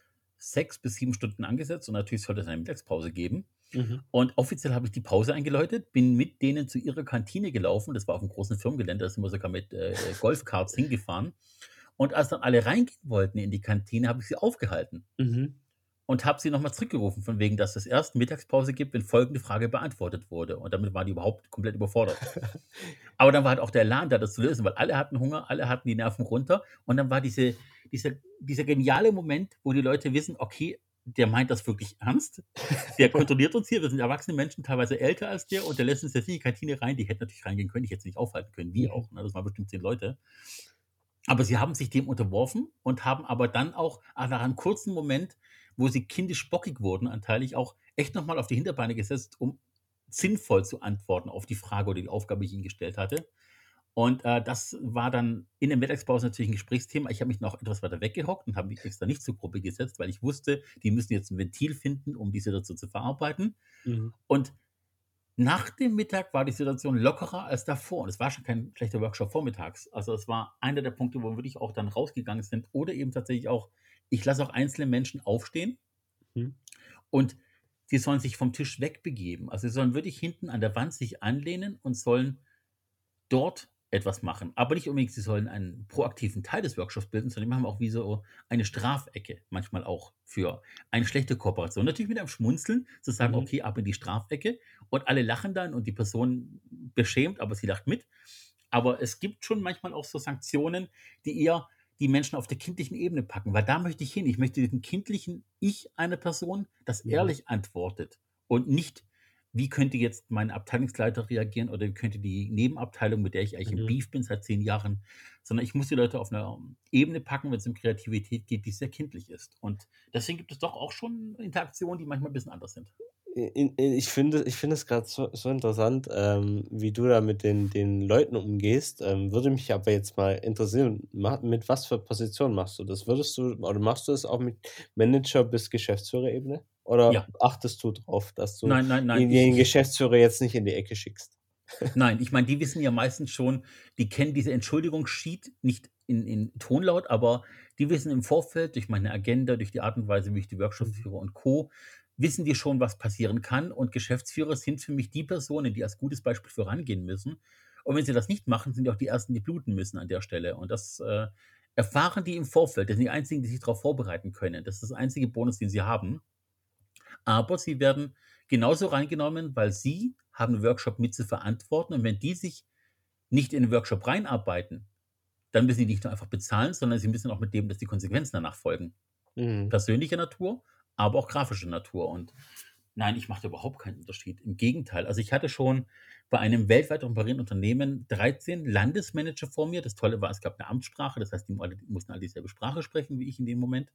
sechs bis sieben Stunden angesetzt und natürlich sollte es eine Mittagspause geben.
Mhm.
Und offiziell habe ich die Pause eingeläutet, bin mit denen zu ihrer Kantine gelaufen. Das war auf'm großen Firmengelände, da sind wir sogar mit, äh, Golfkarts hingefahren. Und als dann alle reingehen wollten in die Kantine, habe ich sie aufgehalten
Mhm.
und habe sie noch mal zurückgerufen, von wegen, dass es erst Mittagspause gibt, wenn folgende Frage beantwortet wurde. Und damit waren die überhaupt komplett überfordert. Aber dann war halt auch der Elan da, das zu lösen, weil alle hatten Hunger, alle hatten die Nerven runter. Und dann war diese dieser dieser geniale Moment, wo die Leute wissen: „Okay, der meint das wirklich ernst. Der kontrolliert uns hier. Wir sind erwachsene Menschen, teilweise älter als der und der lässt uns jetzt in die Kantine rein." Die hätten natürlich reingehen können, ich hätte sie nicht aufhalten können, wie
Mhm.
auch, ne? Das waren bestimmt zehn Leute. Aber sie haben sich dem unterworfen und haben aber dann auch ah, nach einem kurzen Moment, wo sie kindisch bockig wurden, anteilig auch echt noch mal auf die Hinterbeine gesetzt, um sinnvoll zu antworten auf die Frage oder die Aufgabe, die ich ihnen gestellt hatte. Und, äh, das war dann in der Mittagspause natürlich 'n Gesprächsthema. Ich habe mich noch etwas weiter weggehockt und habe mich extra nicht zur Gruppe gesetzt, weil ich wusste, die müssen jetzt 'n Ventil finden, um die Situation zu verarbeiten.
Mhm.
Und Nach dem Mittag war die Situation lockerer als davor und es war schon kein schlechter Workshop vormittags. Also, es war einer der Punkte, wo wir wirklich auch dann rausgegangen sind oder eben tatsächlich auch ich lasse auch einzelne Menschen aufstehen
Mhm.
und sie sollen sich vom Tisch wegbegeben. Also, sie sollen wirklich hinten an der Wand sich anlehnen und sollen dort etwas machen. Aber nicht unbedingt, sie sollen einen proaktiven Teil des Workshops bilden, sondern die machen auch wie so eine Strafecke manchmal auch für eine schlechte Kooperation. Natürlich mit einem Schmunzeln zu sagen:
Mhm.
„Okay, ab in die Strafecke." Und alle lachen dann und die Person beschämt, aber sie lacht mit. Aber es gibt schon manchmal auch so Sanktionen, die eher die Menschen auf der kindlichen Ebene packen, weil da möchte ich hin. Ich möchte diesem kindlichen Ich einer Person, das
Mhm.
ehrlich antwortet und nicht, wie könnte jetzt mein Abteilungsleiter reagieren oder wie könnte die Nebenabteilung, mit der ich eigentlich im
Mhm.
Beef bin seit zehn Jahren, sondern ich muss die Leute auf einer Ebene packen, wenn es um Kreativität geht, die sehr kindlich ist. Und deswegen gibt es doch auch schon Interaktionen, die manchmal ein bisschen anders sind.
In in ich finde ich finde es gerade so so interessant, ähm, wie du da mit den den Leuten umgehst. Ähm, würde mich aber jetzt mal interessieren, ma mit was für Position machst du das? Würdest du oder machst du das auch mit Manager bis Geschäftsführerebene? Oder
Ja,
achtest du drauf, dass du
nein, nein, nein,
den
ich,
den
ich
Geschäftsführer jetzt nicht in die Ecke schickst?
Nein, ich meine, die wissen ja meistens schon, die kennen diese Entschuldigungssheet nicht in in Tonlaut, aber die wissen im Vorfeld durch meine Agenda, durch die Art und Weise, wie ich die Workshops
Mhm.
führe und Co., wissen die schon, was passieren kann und Geschäftsführer sind für mich die Personen, die als gutes Beispiel vorangehen müssen. Und wenn sie das nicht machen, sind die auch die Ersten, die bluten müssen an der Stelle. Und das, äh, erfahren die im Vorfeld. Das sind die Einzigen, die sich darauf vorbereiten können. Das ist das einzige Bonus, den sie haben. Aber sie werden genauso reingenommen, weil sie haben 'n Workshop mit zu verantworten und wenn die sich nicht in den Workshop reinarbeiten, dann müssen die nicht nur einfach bezahlen, sondern sie müssen auch mit dem, dass die Konsequenzen danach folgen.
Mhm.
Persönlicher Natur, aber auch grafischer Natur und nein, ich mache da überhaupt keinen Unterschied. Im Gegenteil. Also, ich hatte schon bei einem weltweit operierenden Unternehmen dreizehn Landesmanager vor mir. Das Tolle war, es gab 'ne Amtssprache, das heißt, die alle mussten alle dieselbe Sprache sprechen wie ich in dem Moment.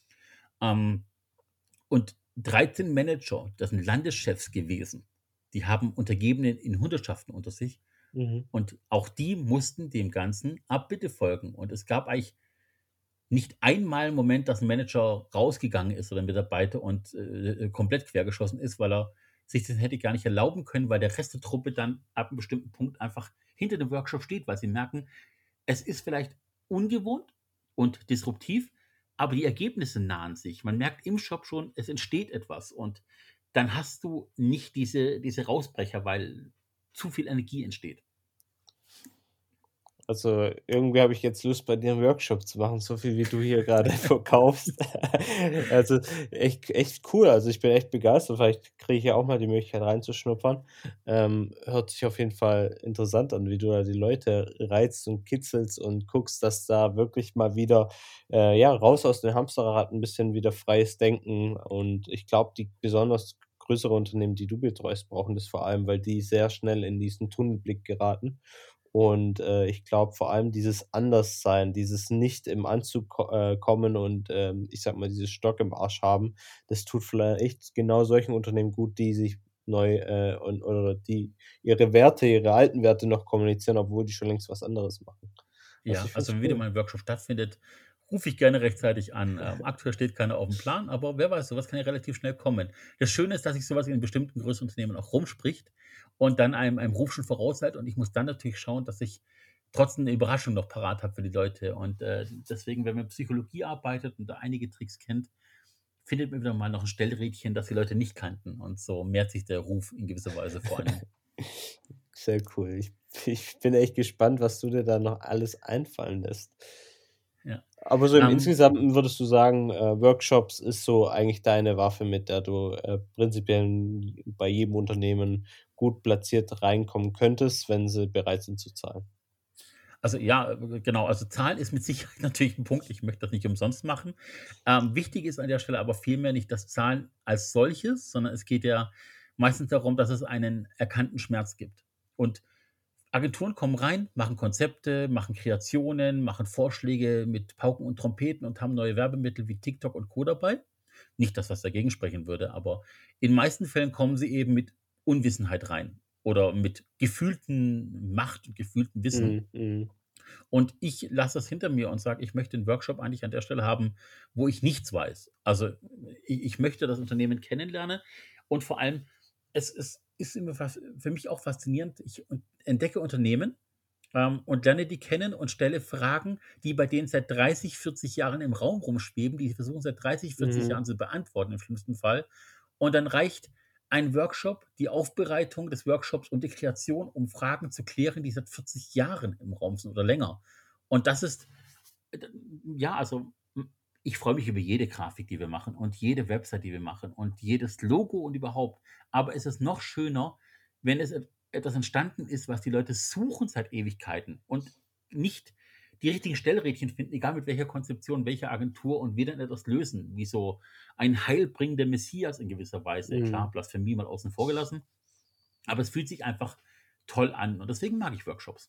Ähm, und dreizehn Manager, das sind Landeschefs gewesen, die haben Untergebene in Hundertschaften unter sich
Mhm.
und auch die mussten dem Ganzen Abbitte folgen. Und es gab eigentlich nicht einmal 'n Moment, dass 'n Manager rausgegangen ist oder 'n Mitarbeiter und, äh, äh, komplett quergeschossen ist, weil er sich das hätte gar nicht erlauben können, weil der Rest der Truppe dann ab 'nem bestimmten Punkt einfach hinter dem Workshop steht, weil sie merken, es ist vielleicht ungewohnt und disruptiv, aber die Ergebnisse nahen sich. Man merkt im Shop schon, es entsteht etwas und dann hast du nicht diese diese Rausbrecher, weil zu viel Energie entsteht.
Also, irgendwie habe ich jetzt Lust, bei dir 'n Workshop zu machen, so viel wie du hier gerade verkaufst. Also, echt echt cool. Also, ich bin echt begeistert. Vielleicht kriege ich ja auch mal die Möglichkeit reinzuschnuppern. Ähm, hört sich auf jeden Fall interessant an, wie du da die Leute reizt und kitzelst und guckst, dass da wirklich mal wieder, äh, ja, raus aus dem Hamsterrad 'n bisschen wieder freies Denken und ich glaube, die besonders größere Unternehmen, die du betreust, brauchen das vor allem, weil die sehr schnell in diesen Tunnelblick geraten. Und, äh, ich glaube vor allem dieses Anderssein, dieses nicht im Anzug ko äh, kommen und, ähm, ich sage mal, dieses Stock im Arsch haben, das tut vielleicht genau solchen Unternehmen gut, die sich neu, äh, und oder die ihre Werte, ihre alten Werte noch kommunizieren, obwohl die schon längst was anderes machen. Also,
Ja,
ich finde
also
es
wenn wieder
cool.
mal 'n Workshop stattfindet, rufe ich gerne rechtzeitig an. Ähm, aktuell steht keiner aufm Plan, aber wer weiß, so was kann ja relativ schnell kommen. Das Schöne ist, dass sich so was in bestimmten größeren Unternehmen auch rumspricht und dann einem einem Ruf schon vorauseilt und ich muss dann natürlich schauen, dass ich trotzdem 'ne Überraschung noch parat habe für die Leute und, äh, deswegen, wenn man mit Psychologie arbeitet und da einige Tricks kennt, findet man wieder mal noch 'n Stellrädchen, das die Leute nicht kannten und so mehrt sich der Ruf in gewisser Weise vor einem.
Sehr cool. Ich ich bin echt gespannt, was du dir da noch alles einfallen lässt.
Ja.
Aber so im
Ähm
Insgesamten würdest du sagen, äh, Workshops ist so eigentlich deine Waffe, mit der du, äh, prinzipiell bei jedem Unternehmen gut platziert reinkommen könntest, wenn sie bereit sind zu zahlen?
Also ja, äh, genau. Also Zahlen ist mit Sicherheit natürlich 'n Punkt. Ich möchte das nicht umsonst machen. Ähm, wichtig ist an der Stelle aber vielmehr nicht das Zahlen als solches, sondern es geht ja meistens darum, dass es einen erkannten Schmerz gibt. Und Agenturen kommen rein, machen Konzepte, machen Kreationen, machen Vorschläge mit Pauken und Trompeten und haben neue Werbemittel wie TikTok und Co. dabei. Nicht, dass was dagegen sprechen würde, aber in meisten Fällen kommen sie eben mit Unwissenheit rein oder mit gefühlten Macht und gefühltem Wissen.
Mhm, mhm.
Und ich lasse das hinter mir und sage, ich möchte 'n Workshop eigentlich an der Stelle haben, wo ich nichts weiß. Also, i ich möchte das Unternehmen kennenlernen und vor allem es ist ist immer fas für mich auch faszinierend. Ich un entdecke Unternehmen, ähm, und lerne die kennen und stelle Fragen, die bei denen seit dreißig, vierzig Jahren im Raum rumschweben, die versuchen seit dreißig, vierzig
Mhm.
Jahren zu beantworten im schlimmsten Fall. Und dann reicht ein Workshop, die Aufbereitung des Workshops und die Kreation, um Fragen zu klären, die seit vierzig Jahren im Raum sind oder länger. Und das ist äh, d ja, also, hm, ich freue mich über jede Grafik, die wir machen und jede Website, die wir machen und jedes Logo und überhaupt. Aber es ist noch schöner, wenn es et etwas entstanden ist, was die Leute suchen seit Ewigkeiten und nicht die richtigen Stellrädchen finden, egal mit welcher Konzeption, welcher Agentur und wir dann etwas lösen, wie so ein heilbringender Messias in gewisser Weise.
Mhm.
Klar, Blasphemie mal außen vor gelassen, aber es fühlt sich einfach toll an und deswegen mag ich Workshops.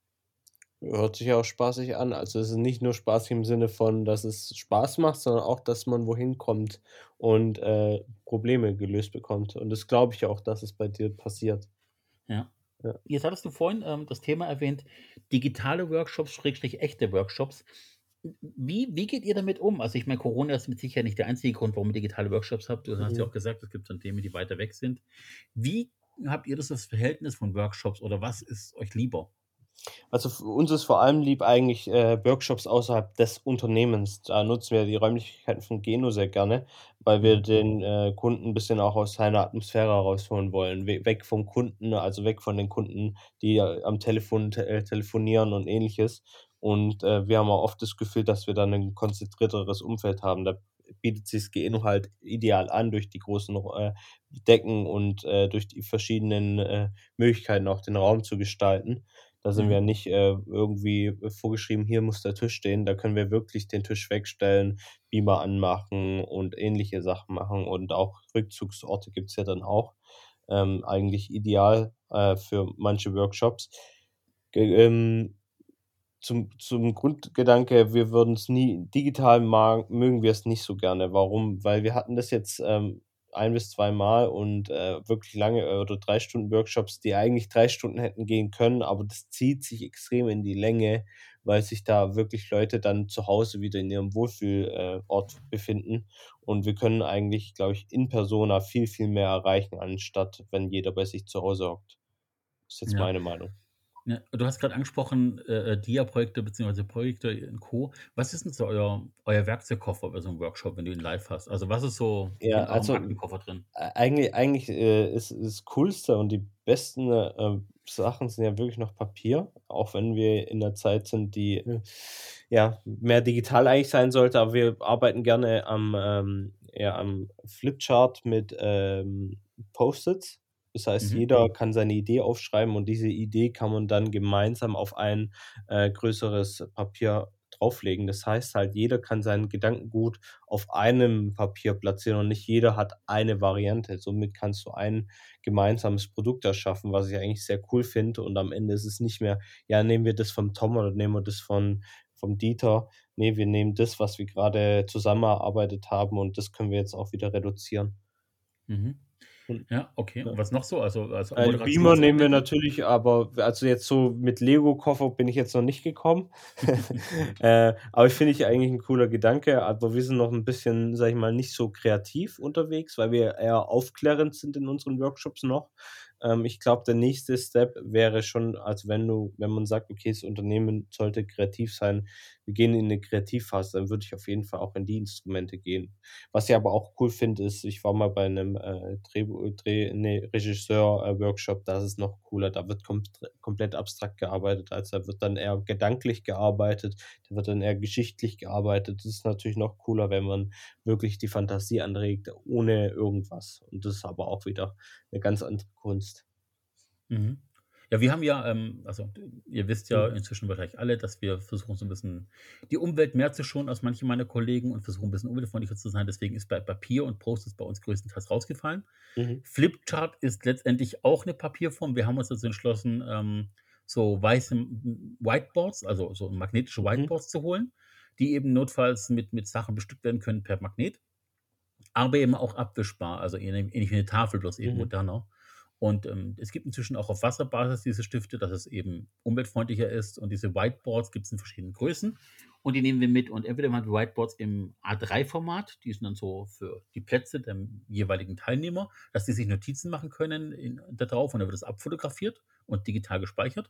Hört sich ja auch spaßig an. Also, es ist nicht nur spaßig im Sinne von, dass es Spaß macht, sondern auch, dass man wohin kommt und, äh, Probleme gelöst bekommt. Und das glaube ich auch, dass es bei dir passiert.
Ja.
Ja.
Jetzt hattest du vorhin, ähm, das Thema erwähnt, digitale Workshops, Schrägstrich echte Workshops. Wie wie geht ihr damit um? Also, ich meine, Corona ist mit Sicherheit nicht der einzige Grund, warum ihr digitale Workshops habt. Du hast ja
Mhm.
auch gesagt, es gibt Unternehmen, die weiter weg sind. Wie habt ihr das das Verhältnis von Workshops oder was ist euch lieber?
Also, für uns ist vor allem lieb eigentlich, äh, Workshops außerhalb des Unternehmens. Da nutzen wir die Räumlichkeiten von Geno sehr gerne, weil wir
Mhm.
den, äh, Kunden 'n bisschen auch aus seiner Atmosphäre rausholen wollen. We weg vom Kunden, also weg von den Kunden, die äh, am Telefon te äh, telefonieren und Ähnliches. Und, äh, wir haben auch oft das Gefühl, dass wir dann 'nen konzentrierteres Umfeld haben. Da bietet sich Geno halt ideal an durch die großen, äh, Decken und, äh, durch die verschiedenen, äh, Möglichkeiten, auch den Raum zu gestalten. Da sind wir
Mhm.
nicht, äh, irgendwie vorgeschrieben: „Hier muss der Tisch stehen.“ Da können wir wirklich den Tisch wegstellen, Beamer anmachen und ähnliche Sachen machen und auch Rückzugsorte gibt's ja dann auch. Ähm, eigentlich ideal, äh, für manche Workshops. Ge ähm, zum zum Grundgedanke, wir würden's nie digital mag mögen wir es nicht so gerne. Warum? Weil wir hatten das jetzt, ähm, ein bis zweimal und, äh, wirklich lange äh, oder drei Stunden Workshops, die eigentlich drei Stunden hätten gehen können, aber das zieht sich extrem in die Länge, weil sich da wirklich Leute dann zu Hause wieder in ihrem Wohlfühl äh, Ort befinden. Und wir können eigentlich, glaube ich, in persona viel, viel mehr erreichen, anstatt wenn jeder bei sich zu Hause hockt. Ist jetzt
Ja.
meine Meinung.
Ja, du hast grad angesprochen, äh, äh, Dia-Projekte beziehungsweise Projekte und Co. Was ist denn so euer euer Werkzeugkoffer bei so 'nem Workshop, wenn du ihn live hast? Also, was ist so
Ja,
in eurem
also,
Aktenkoffer drin?
ei eigentlich eigentlich, äh, ist ist Coolste und die besten, äh, Sachen sind ja wirklich noch Papier, auch wenn wir in 'ner Zeit sind, die, äh, ja, mehr digital eigentlich sein sollte, aber wir arbeiten gerne am, ähm ja, am Flipchart mit, ähm, Post-its. Das heißt,
Mhm.
jeder kann seine Idee aufschreiben und diese Idee kann man dann gemeinsam auf ein, äh, größeres Papier drauflegen. Das heißt halt, jeder kann sein Gedankengut auf einem Papier platzieren und nicht jeder hat eine Variante. Somit kannst du ein gemeinsames Produkt erschaffen, was ich eigentlich sehr cool finde. Und am Ende ist es nicht mehr: „Ja, nehmen wir das vom Tom oder nehmen wir das von vom Dieter?“ Ne, wir nehmen das, was wir grade zusammen erarbeitet haben und das können wir jetzt auch wieder reduzieren.
Mhm.
Und
Ja, okay.
ja.
Und was noch so? Also also
Äh, Beamer nehmen wir
Moderationselemente?
natürlich, aber also jetzt so mit Lego-Koffer bin ich jetzt noch nicht gekommen. Äh, aber ich finde ich eigentlich 'n cooler Gedanke, aber wir sind noch 'n bisschen, sage ich mal, nicht so kreativ unterwegs, weil wir eher aufklärend sind in unseren Workshops noch. Ähm, ich glaube, der nächste Step wäre schon, als wenn du wenn man sagt: „Okay, das Unternehmen sollte kreativ sein. Wir gehen in 'ne Kreativphase“, dann würde ich auf jeden Fall auch in die Instrumente gehen. Was ich aber auch cool finde, ist, ich war mal bei 'nem, äh, Drehbu Dreh ne, Regisseur äh, Workshop, da ist es noch cooler. Da wird kompt komplett abstrakt gearbeitet. Also, da wird dann eher gedanklich gearbeitet, da wird dann eher geschichtlich gearbeitet. Das ist natürlich noch cooler, wenn man wirklich die Fantasie anregt ohne irgendwas. Und das ist aber auch wieder 'ne ganz andere Kunst.
Mhm. Ja, wir haben ja, ähm also, d ihr wisst ja
Mhm.
inzwischen wahrscheinlich alle, dass wir versuchen, so 'n bisschen die Umwelt mehr zu schonen als manche meiner Kollegen und versuchen, 'n bisschen umweltfreundlicher zu sein. Deswegen ist bei Papier und Post-its bei uns größtenteils rausgefallen.
Mhm.
Flipchart ist letztendlich auch 'ne Papierform. Wir haben uns dazu entschlossen, ähm, so weiße M Whiteboards, also so magnetische
Mhm.
Whiteboards zu holen, die eben notfalls mit mit Sachen bestückt werden können per Magnet, aber eben auch abwischbar, also ähn ähnlich wie 'ne Tafel, bloß eben
Mhm.
moderner. Und, ähm, es gibt inzwischen auch auf Wasserbasis diese Stifte, dass es eben umweltfreundlicher ist und diese Whiteboards gibt's in verschiedenen Größen. und die nehmen wir mit. Und entweder machen wir Whiteboards im A drei Format, die sind dann so für die Plätze der jeweiligen Teilnehmer, dass die sich Notizen machen können in, da drauf und dann wird es abfotografiert und digital gespeichert.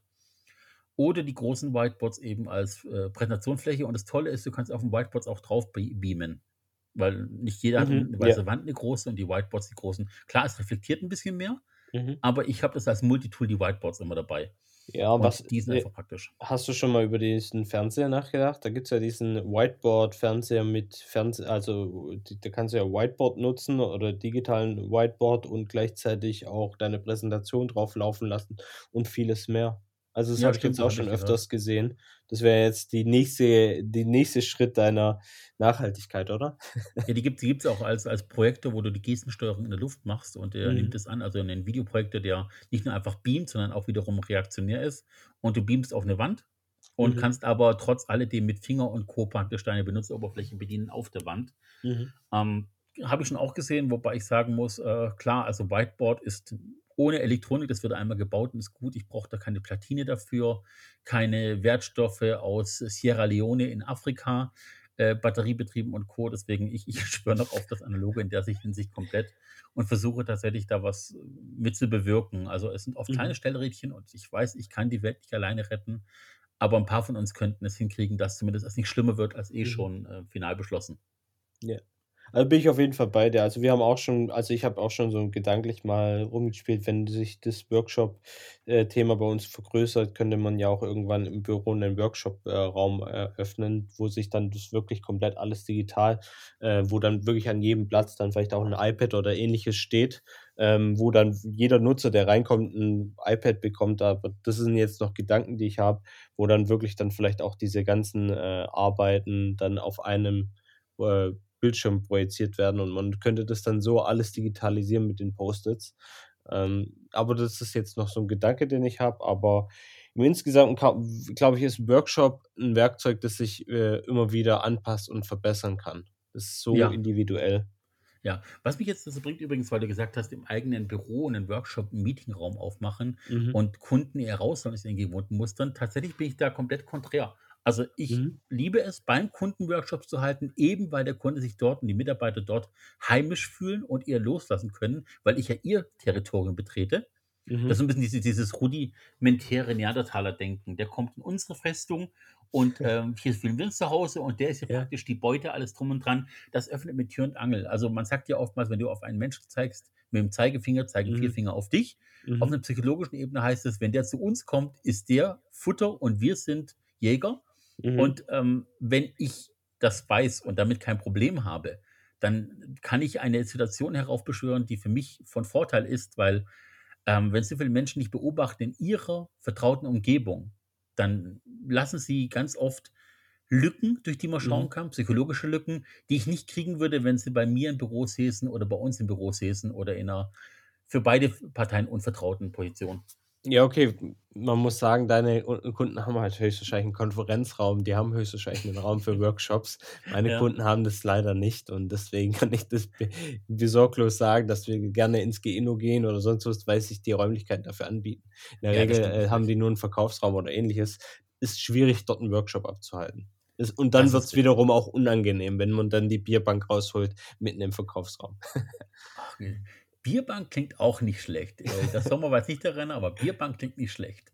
Oder die großen Whiteboards eben als äh, Präsentationsfläche. Und das Tolle ist, du kannst auf dem Whiteboards auch drauf be- beamen. Weil nicht jeder hat
Mhm,
unten eine
ja.
weiße Wand, eine große, und die Whiteboards, die großen. Klar, es reflektiert ein bisschen mehr,
Mhm.
aber ich habe das als Multitool, die Whiteboards immer dabei.
Ja,
Und
was
die sind
äh,
einfach praktisch.
hast du schon mal über diesen Fernseher nachgedacht? Da gibt's ja diesen Whiteboard-Fernseher mit Fernseh also, d da kannst du ja Whiteboard nutzen oder digitalen Whiteboard und gleichzeitig auch deine Präsentation drauf laufen lassen und vieles mehr. Also, das
Ja,
habe ich
stimmt,
jetzt
das
auch
habe
schon
ich gehört.
öfters gesehen. Das wäre jetzt die nächste die nächste Schritt deiner Nachhaltigkeit, oder?
Ja, die gibt die gibt's auch als als Projektor, wo du die Gestensteuerung in der Luft machst und der nimmt
Mhm.
es an. Also 'nen Videoprojektor, der nicht nur einfach beamt, sondern auch wiederum reaktionär ist. Und du beamst auf 'ne Wand und
Mhm.
kannst aber trotz alledem mit Finger und Co. praktisch deine Benutzeroberfläche bedienen auf der Wand.
Mhm.
Ähm, habe ich schon auch gesehen, wobei ich sagen muss, äh, klar, also Whiteboard ist ohne Elektronik, das wird einmal gebaut und ist gut. Ich brauche da keine Platine dafür, keine Wertstoffe aus Sierra Leone in Afrika, äh, batteriebetrieben und Co. Deswegen, ich ich schwöre noch auf das Analoge in der Sich Hinsicht komplett und versuche tatsächlich da was äh, mit zu bewirken. Also, es sind oft kleine
Mhm.
Stellrädchen und ich weiß, ich kann die Welt nicht alleine retten, aber ein paar von uns könnten es hinkriegen, dass zumindest es nicht schlimmer wird als eh
Mhm.
schon, äh, final beschlossen.
Ja. Also, bin ich auf jeden Fall bei dir. Also, wir haben auch schon also, ich habe auch schon so gedanklich mal rumgespielt, wenn sich das Workshop äh, Thema bei uns vergrößert, könnte man ja auch irgendwann im Büro 'nen Workshop, äh, Raum eröffnen, wo sich dann das wirklich komplett alles digital äh, wo dann wirklich an jedem Platz dann vielleicht auch 'n iPad oder Ähnliches steht, ähm, wo dann jeder Nutzer, der reinkommt, 'n iPad bekommt. Aber das sind jetzt noch Gedanken, die ich habe, wo dann wirklich dann vielleicht auch diese ganzen, äh, Arbeiten dann auf einem, äh, Bildschirm projiziert werden und man könnte das dann so alles digitalisieren mit den Post-its. Ähm, aber das ist jetzt noch so 'n Gedanke, den ich habe, aber im Insgesamten ka w glaube ich, ist 'n Workshop 'n Werkzeug, das sich, äh, immer wieder anpasst und verbessern kann. Das ist so
Ja.
individuell.
Ja, was mich jetzt dazu bringt übrigens, weil du gesagt hast, im eigenen Büro 'nen Workshop 'n Meetingraum aufmachen
Mhm.
und Kunden eher raus sollen aus den gewohnten Mustern. Tatsächlich bin ich da komplett konträr. Also, ich
Mhm.
liebe es, beim Kunden Workshops zu halten, eben weil der Kunde sich dort und die Mitarbeiter dort heimisch fühlen und eher loslassen können, weil ich ja ihr Territorium betrete. Das ist
Mhm.
so 'n bisschen diese dieses rudimentäre Neandertaler-Denken. Der kommt in unsere Festung und, ähm, hier fühlen wir uns zu Hause und der ist ja
Ja.
praktisch die Beute, alles drum und dran. Das öffnet mit Tür und Angel. Also, man sagt ja oftmals, wenn du auf einen Menschen zeigst mit dem Zeigefinger, zeigen vier
Mhm.
Finger auf dich. Auf
Mhm.
'ner psychologischen Ebene heißt es, wenn der zu uns kommt, ist der Futter und wir sind Jäger.
Mhm.
Und, ähm, wenn ich das weiß und damit kein Problem habe, dann kann ich eine Situation heraufbeschwören, die für mich von Vorteil ist, weil, ähm, wenn so viele Menschen dich beobachten in ihrer vertrauten Umgebung, dann lassen sie ganz oft Lücken, durch die man schauen
Mhm.
kann, psychologische Lücken, die ich nicht kriegen würde, wenn sie bei mir im Büro säßen oder bei uns im Büro säßen oder in 'ner für beide F Parteien unvertrauten Position.
Ja, okay, m man muss sagen, deine U Kunden haben halt höchstwahrscheinlich 'n Konferenzraum, die haben höchstwahrscheinlich 'nen Raum für Workshops. Meine
Ja.
Kunden haben das leider nicht und deswegen kann ich das be besorglos sagen, dass wir gerne ins GINO gehen oder sonst was, weil sich die Räumlichkeiten dafür anbieten. In der
Ja, das
Regel,
stimmt
äh, haben
natürlich.
die nur 'n Verkaufsraum oder Ähnliches. Ist schwierig, dort 'n Workshop abzuhalten. Ist und dann
Das ist
wird's
richtig.
wiederum auch unangenehm, wenn man dann die Bierbank rausholt mitten im Verkaufsraum.
Ach, ne. Bierbank klingt auch nicht schlecht. Äh, das Sommer war jetzt nicht der Renner, aber Bierbank klingt nicht schlecht.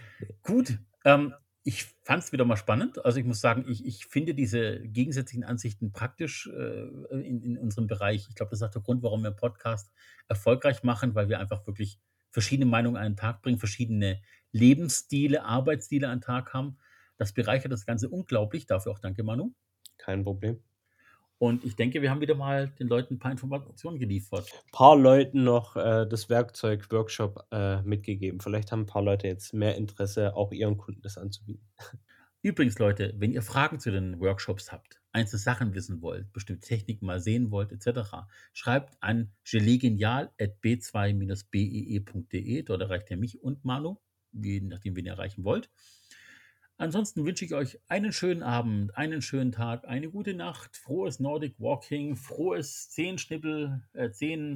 Gut, ähm, ich fand's wieder mal spannend. Also, ich muss sagen, ich ich finde diese gegensätzlichen Ansichten praktisch, äh, in in unserem Bereich. Ich glaube, das ist auch der Grund, warum wir 'n Podcast erfolgreich machen, weil wir einfach wirklich verschiedene Meinungen an den Tag bringen, verschiedene Lebensstile, Arbeitsstile an 'n Tag haben. Das bereichert das Ganze unglaublich. Dafür auch danke, Manu.
Kein Problem.
Und ich denke, wir haben wieder mal den Leuten 'n paar Informationen geliefert.
Paar Leuten noch, äh, das Werkzeug Workshop, äh, mitgegeben. Vielleicht haben 'n paar Leute jetzt mehr Interesse, auch ihren Kunden das anzubieten.
Übrigens, Leute, wenn ihr Fragen zu den Workshops habt, einzelne Sachen wissen wollt, bestimmte Techniken mal sehen wollt et cetera, schreibt an gelegenial at b zwei Bindestrich b e e Punkt d e. Dort erreicht ihr mich und Manu, je nachdem, wen ihr erreichen wollt. Ansonsten wünsche ich euch einen schönen Abend, einen schönen Tag, eine gute Nacht, frohes Nordic Walking, frohes Zehenschnippel äh,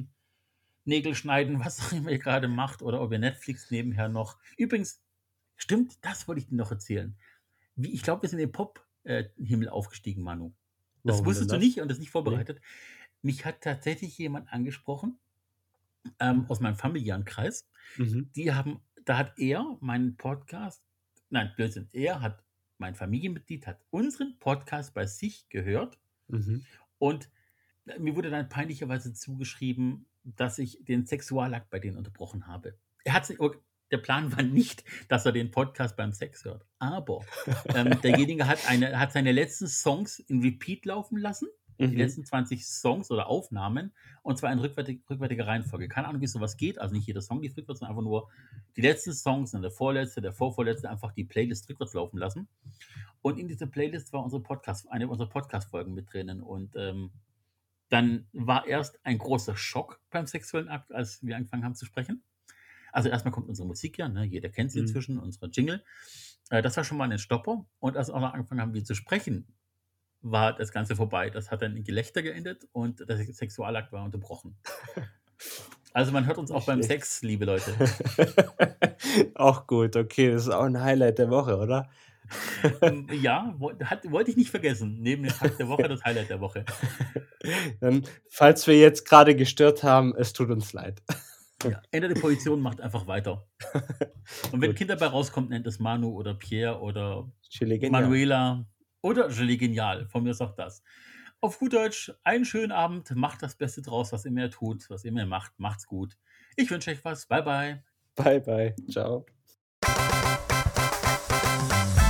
Zehennägelschneiden, was auch immer ihr grade macht oder ob ihr Netflixt nebenher noch. Übrigens, stimmt, das wollte ich dir noch erzählen. Wie ich glaube, wir sind im Pop äh, Himmel aufgestiegen, Manu. Das
Warum denn
wusstest du
das?
nicht und das nicht
Nee.
vorbereitet. Mich hat tatsächlich jemand angesprochen, ähm, aus meinem familiären Kreis.
Mhm.
Die haben, da hat er meinen Podcast, nein, Blödsinn, er hat, mein Familienmitglied hat unseren Podcast bei sich gehört
Mhm.
und äh, mir wurde dann peinlicherweise zugeschrieben, dass ich den Sexualakt bei denen unterbrochen habe. Er hat sich, der Plan war nicht, dass er den Podcast beim Sex hört, aber ähm, derjenige hat, eine, hat seine letzten Songs in Repeat laufen lassen, die
Mhm.
letzten zwanzig Songs oder Aufnahmen, und zwar in rückwärtig, rückwärtiger Reihenfolge. Keine Ahnung, wie sowas geht, also nicht jeder Song lief rückwärts, sondern einfach nur die letzten Songs und der vorletzte, der vorvorletzte, einfach die Playlist rückwärts laufen lassen. Und in dieser Playlist war unsere Podcast, eine unserer Podcast-Folgen mit drinnen und ähm, dann war erst ein großer Schock beim sexuellen Akt, als wir angefangen haben zu sprechen. Also erstmal kommt unsere Musik ja, ne? Jeder kennt sie
Mhm.
inzwischen, unsere Jingle. Äh, das war schon mal ein Stopper. Und als wir auch noch angefangen haben, wir zu sprechen, war das Ganze vorbei. Das hat dann in Gelächter geendet und der Sexualakt war unterbrochen. Also man hört uns auch
Nicht
beim
schlecht.
Sex, liebe Leute.
Auch gut, okay, das ist auch ein Highlight der Woche, oder?
Ähm, ja, wo- hat, wollte ich nicht vergessen. Neben dem Fakt der Woche, das Highlight der Woche.
Dann, falls wir jetzt gerade gestört haben, es tut uns leid.
Ja, ändert die Position, macht einfach weiter. Und wenn
Gut.
Kind dabei rauskommt, nennt es Manu oder Pierre oder
Chili genial.
Manuela oder Gelee Genial. Von mir ist auch das. Auf gut Deutsch, einen schönen Abend. Macht das Beste draus, was immer ihr tut, was immer ihr macht. Macht's gut. Ich wünsche euch was. Bye, bye.
Bye, bye. Ciao.